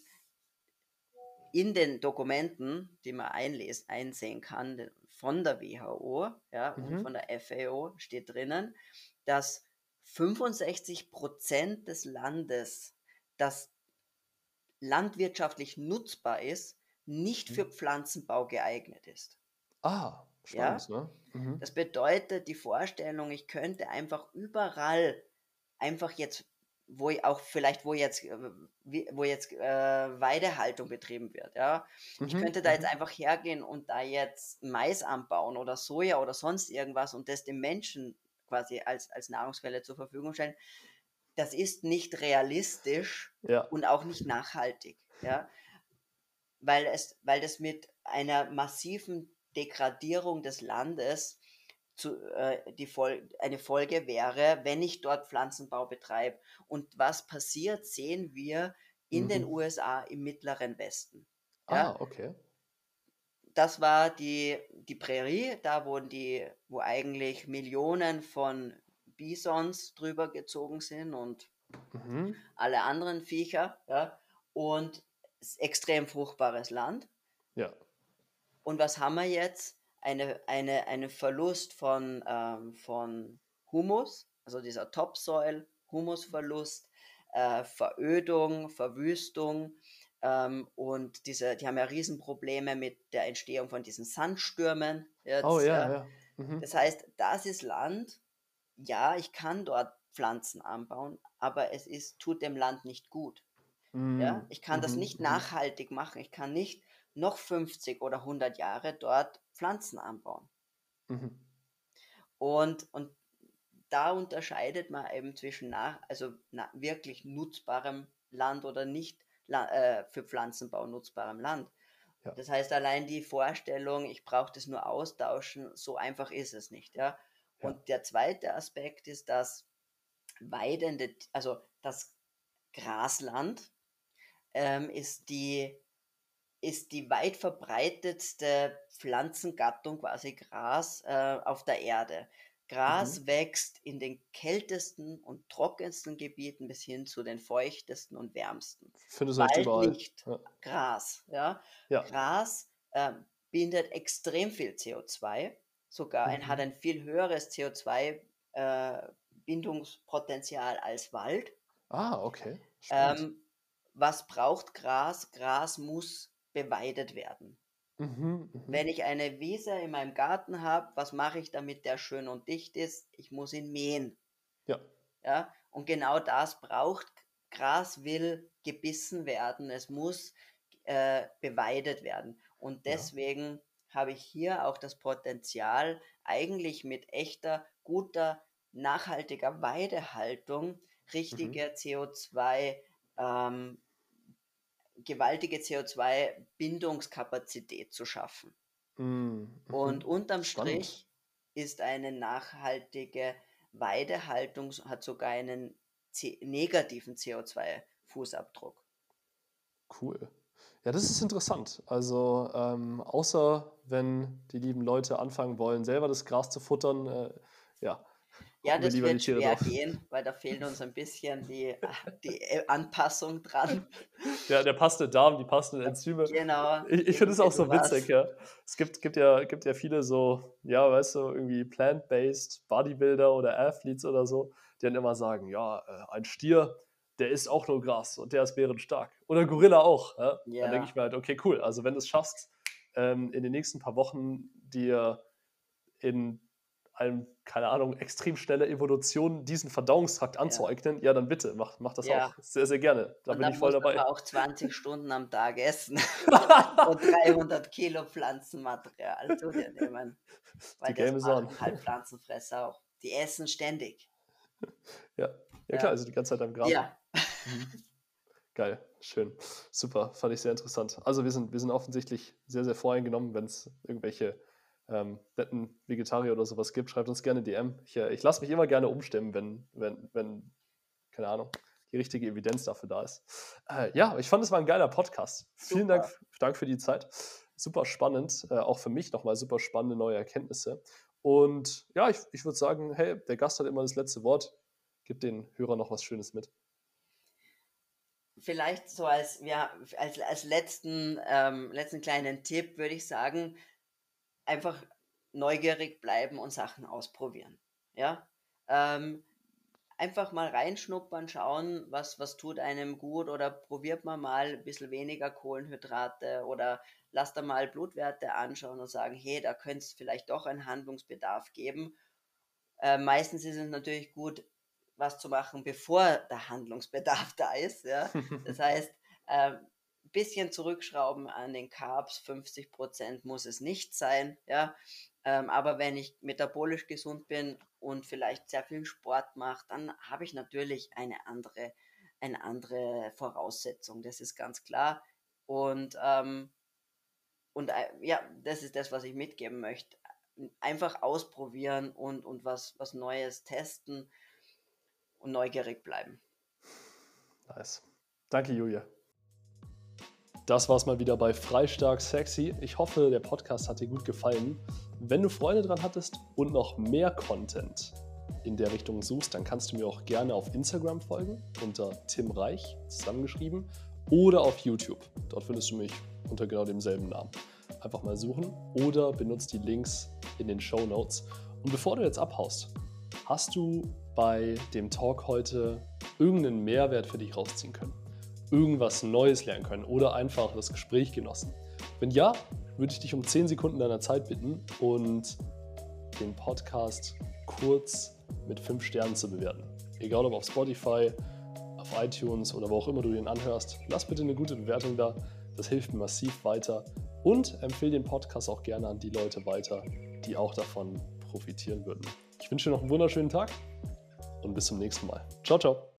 S2: in den Dokumenten, die man einlesen einsehen kann, de von der W H O, ja, und
S1: Mhm.
S2: von der F A O steht drinnen, dass fünfundsechzig des Landes, das landwirtschaftlich nutzbar ist, nicht für
S1: Mhm.
S2: Pflanzenbau geeignet ist.
S1: Ah, spannend,
S2: Ja?
S1: ne? Mhm.
S2: Das bedeutet, die Vorstellung, ich könnte einfach überall einfach jetzt, wo i auch vielleicht, wo jetzt, äh, wie wo jetzt, äh, Weidehaltung betrieben wird, ja? Ich
S1: Mhm.
S2: könnte da jetzt
S1: Mhm.
S2: einfach hergehen und da jetzt Mais anbauen oder Soja oder sonst irgendwas und das dem Menschen quasi als als Nahrungsquelle zur Verfügung stellen. Das ist nicht realistisch
S1: Ja.
S2: und auch nicht nachhaltig, ja? Weil es weil das mit einer massiven Degradierung des Landes zu äh, die Fol eine Folge wäre, wenn ich dort Pflanzenbau betreibe. Und was passiert, sehen wir in den
S1: Mhm.
S2: U S A im Mittleren Westen. Ja,
S1: Ah, okay.
S2: das war die die Prärie, da wurden die wo eigentlich Millionen von Bisons drüber gezogen sind und
S1: Mhm.
S2: alle anderen Viecher, ja, und s extrem fruchtbares Land.
S1: Ja.
S2: Und was haben wir jetzt? Eine eine einen Verlust von, ähm von Humus, also dieser Topsoil, Humusverlust, äh, Verödung, Verwüstung, ähm, und diese die haben ja Riesenprobleme mit der Entstehung von diesen Sandstürmen
S1: Oh
S2: jetzt,
S1: ja,
S2: ja.
S1: ja. Mhm.
S2: Das heißt, das ist Land, ja, ich kann dort Pflanzen anbauen, aber es ist tut dem Land nicht gut. Ja,
S1: Mhm.
S2: ich kann das
S1: Mhm.
S2: nicht
S1: Mhm.
S2: nachhaltig machen. Ich kann nicht noch fünfzig oder hundert Jahre dort Pflanzen anbauen.
S1: Mhm.
S2: Und und da unterscheidet man eben zwischen nach also, na wirklich nutzbarem Land oder nicht la äh, für Pflanzenbau nutzbarem Land.
S1: Ja.
S2: Das heißt, allein die Vorstellung, ich brauche das nur austauschen, so einfach ist es nicht, ja?
S1: Ja.
S2: Und der zweite Aspekt ist, dass weidende T also, das Grasland, ähm, ist die ist die weit verbreitetste Pflanzengattung, quasi Gras, äh, auf der Erde.
S1: Mhm.
S2: Gras wächst in den kältesten und trockensten Gebieten bis hin zu den feuchtesten und wärmsten.
S1: Findest du echt
S2: Wald
S1: überall.
S2: nicht,
S1: Ja.
S2: Gras, ja.
S1: Ja.
S2: Gras, ähm, bindet extrem viel C O zwei, sogar ein hat
S1: Mhm.
S2: ein viel höheres C O zwei, äh, Bindungspotenzial als Wald.
S1: Ah, okay. Spannend.
S2: Ähm, was braucht Gras? Gras muss beweidet werden.
S1: Mhm. Mhm.
S2: Wenn ich eine Wiese in meinem Garten habe, was mache ich, damit der schön und dicht ist? Ich muss ihn mähen,
S1: Ja.
S2: ja? Und genau das braucht Gras will gebissen werden, es muss äh, beweidet werden. Und
S1: Ja.
S2: deswegen habe ich hier auch das Potenzial, eigentlich mit echter, guter, nachhaltiger Weidehaltung
S1: Mhm.
S2: richtige C O zwei, ähm, gewaltige C O zwei Bindungskapazität zu schaffen.
S1: Mm,
S2: Und
S1: mhm.
S2: unterm
S1: Spannend.
S2: Strich ist eine nachhaltige Weidehaltung hat sogar einen C negativen C O zwei Fußabdruck.
S1: Cool. Ja, das ist interessant. Also, ähm, außer wenn die lieben Leute anfangen wollen, selber das Gras zu futtern, äh, ja,
S2: Ja,
S1: hocken wir
S2: das
S1: lieber die
S2: wird
S1: Tiere
S2: schwer
S1: drauf.
S2: gehen, weil da fehlt uns ein bisschen die ah, die, äh, Anpassung dran.
S1: Der der passende Darm, die passenden Enzyme.
S2: Genau,
S1: Ich ich finde es
S2: irgendwie
S1: auch
S2: so
S1: so witzig,
S2: was.
S1: ja. Es gibt gibt ja gibt ja viele so, ja, weißt du, irgendwie plant-based Bodybuilder oder Athletes oder so, die dann immer sagen: „Ja, äh, ein Stier, der isst auch nur Gras und der ist bärenstark. Oder Gorilla auch“, ja? Dann denke ich
S2: Ja,
S1: mir halt: „Okay, cool. Also, wenn du's schaffst, ähm, in den nächsten paar Wochen dir in einem, keine Ahnung, extrem schnelle Evolution diesen Verdauungstrakt
S2: ja,
S1: anzueignen, ja, dann bitte, mach mach das
S2: ja.
S1: auch. Sehr, sehr gerne. Da
S2: Und
S1: bin
S2: dann
S1: ich voll
S2: musst du
S1: dabei.“
S2: aber auch zwanzig Stunden am Tag essen und dreihundert Kilo Pflanzenmaterial zu dir nehmen,
S1: The
S2: weil das
S1: game is on.
S2: machen halt Pflanzenfresser auch. Die essen ständig.
S1: Ja. Ja klar,
S2: Ja.
S1: also die ganze Zeit am Grasen.
S2: Ja,
S1: Mhm. Geil, schön. Super, fand ich sehr interessant. Also, wir sind wir sind offensichtlich sehr, sehr voreingenommen. Wenn's irgendwelche, ähm, netten Vegetarier oder so was gibt, schreibt uns gerne D M. Ich, äh ich lasse mich immer gerne umstimmen, wenn wenn wenn, keine Ahnung, die richtige Evidenz dafür da ist. Äh, ja, ich fand, es war 'n geiler Podcast. Vielen Dank
S2: super.
S1: f Dank für die Zeit. Super spannend, äh, auch für mich noch mal super spannende neue Erkenntnisse. Und ja, ich ich würde sagen, hey, der Gast hat immer das letzte Wort. Gib den Hörern noch was Schönes mit.
S2: Vielleicht so als ja, als als letzten ähm, letzten kleinen Tipp würde ich sagen, einfach neugierig bleiben und Sachen ausprobieren, ja? Ähm, einfach mal reinschnuppern, schauen, was was tut einem gut oder probiert man mal ein bisschen weniger Kohlenhydrate oder lasst da mal Blutwerte anschauen und sagen: „Hey, da könnte es vielleicht doch einen Handlungsbedarf geben.“ Äh, meistens ist es natürlich gut, was zu machen, bevor der Handlungsbedarf da ist, ja. Das heißt, ähm, bisschen zurückschrauben an den Carbs, fünfzig muss es nicht sein, ja. Ähm, aber wenn ich metabolisch gesund bin und vielleicht sehr viel Sport mache, dann habe ich natürlich eine andere eine andere Voraussetzung, das ist ganz klar. Und, ähm und, äh, ja, das ist das, was ich mitgeben möchte. Einfach ausprobieren und und was was Neues testen und neugierig bleiben.
S1: Nice. Danke, Julia. Das war's mal wieder bei Freistark Sexy. Ich hoffe, der Podcast hat dir gut gefallen. Wenn du Freude dran hattest und noch mehr Content in der Richtung suchst, dann kannst du mir auch gerne auf Instagram folgen unter Tim Reich zusammengeschrieben oder auf YouTube. Dort findest du mich unter genau demselben Namen. Einfach mal suchen oder benutzt die Links in den Show Notes. Und bevor du jetzt abhaust, hast du bei dem Talk heute irgendeinen Mehrwert für dich rausziehen können? Irgendwas Neues lernen können oder einfach das Gespräch genossen? Wenn ja, würde ich dich um zehn Sekunden deiner Zeit bitten und den Podcast kurz mit fünf Sternen zu bewerten. Egal ob auf Spotify, auf iTunes oder wo auch immer du den anhörst, lass bitte eine gute Bewertung da. Das hilft mir massiv weiter. Und empfehle den Podcast auch gerne an die Leute weiter, die auch davon profitieren würden. Ich wünsche dir noch einen wunderschönen Tag und bis zum nächsten Mal. Ciao, ciao.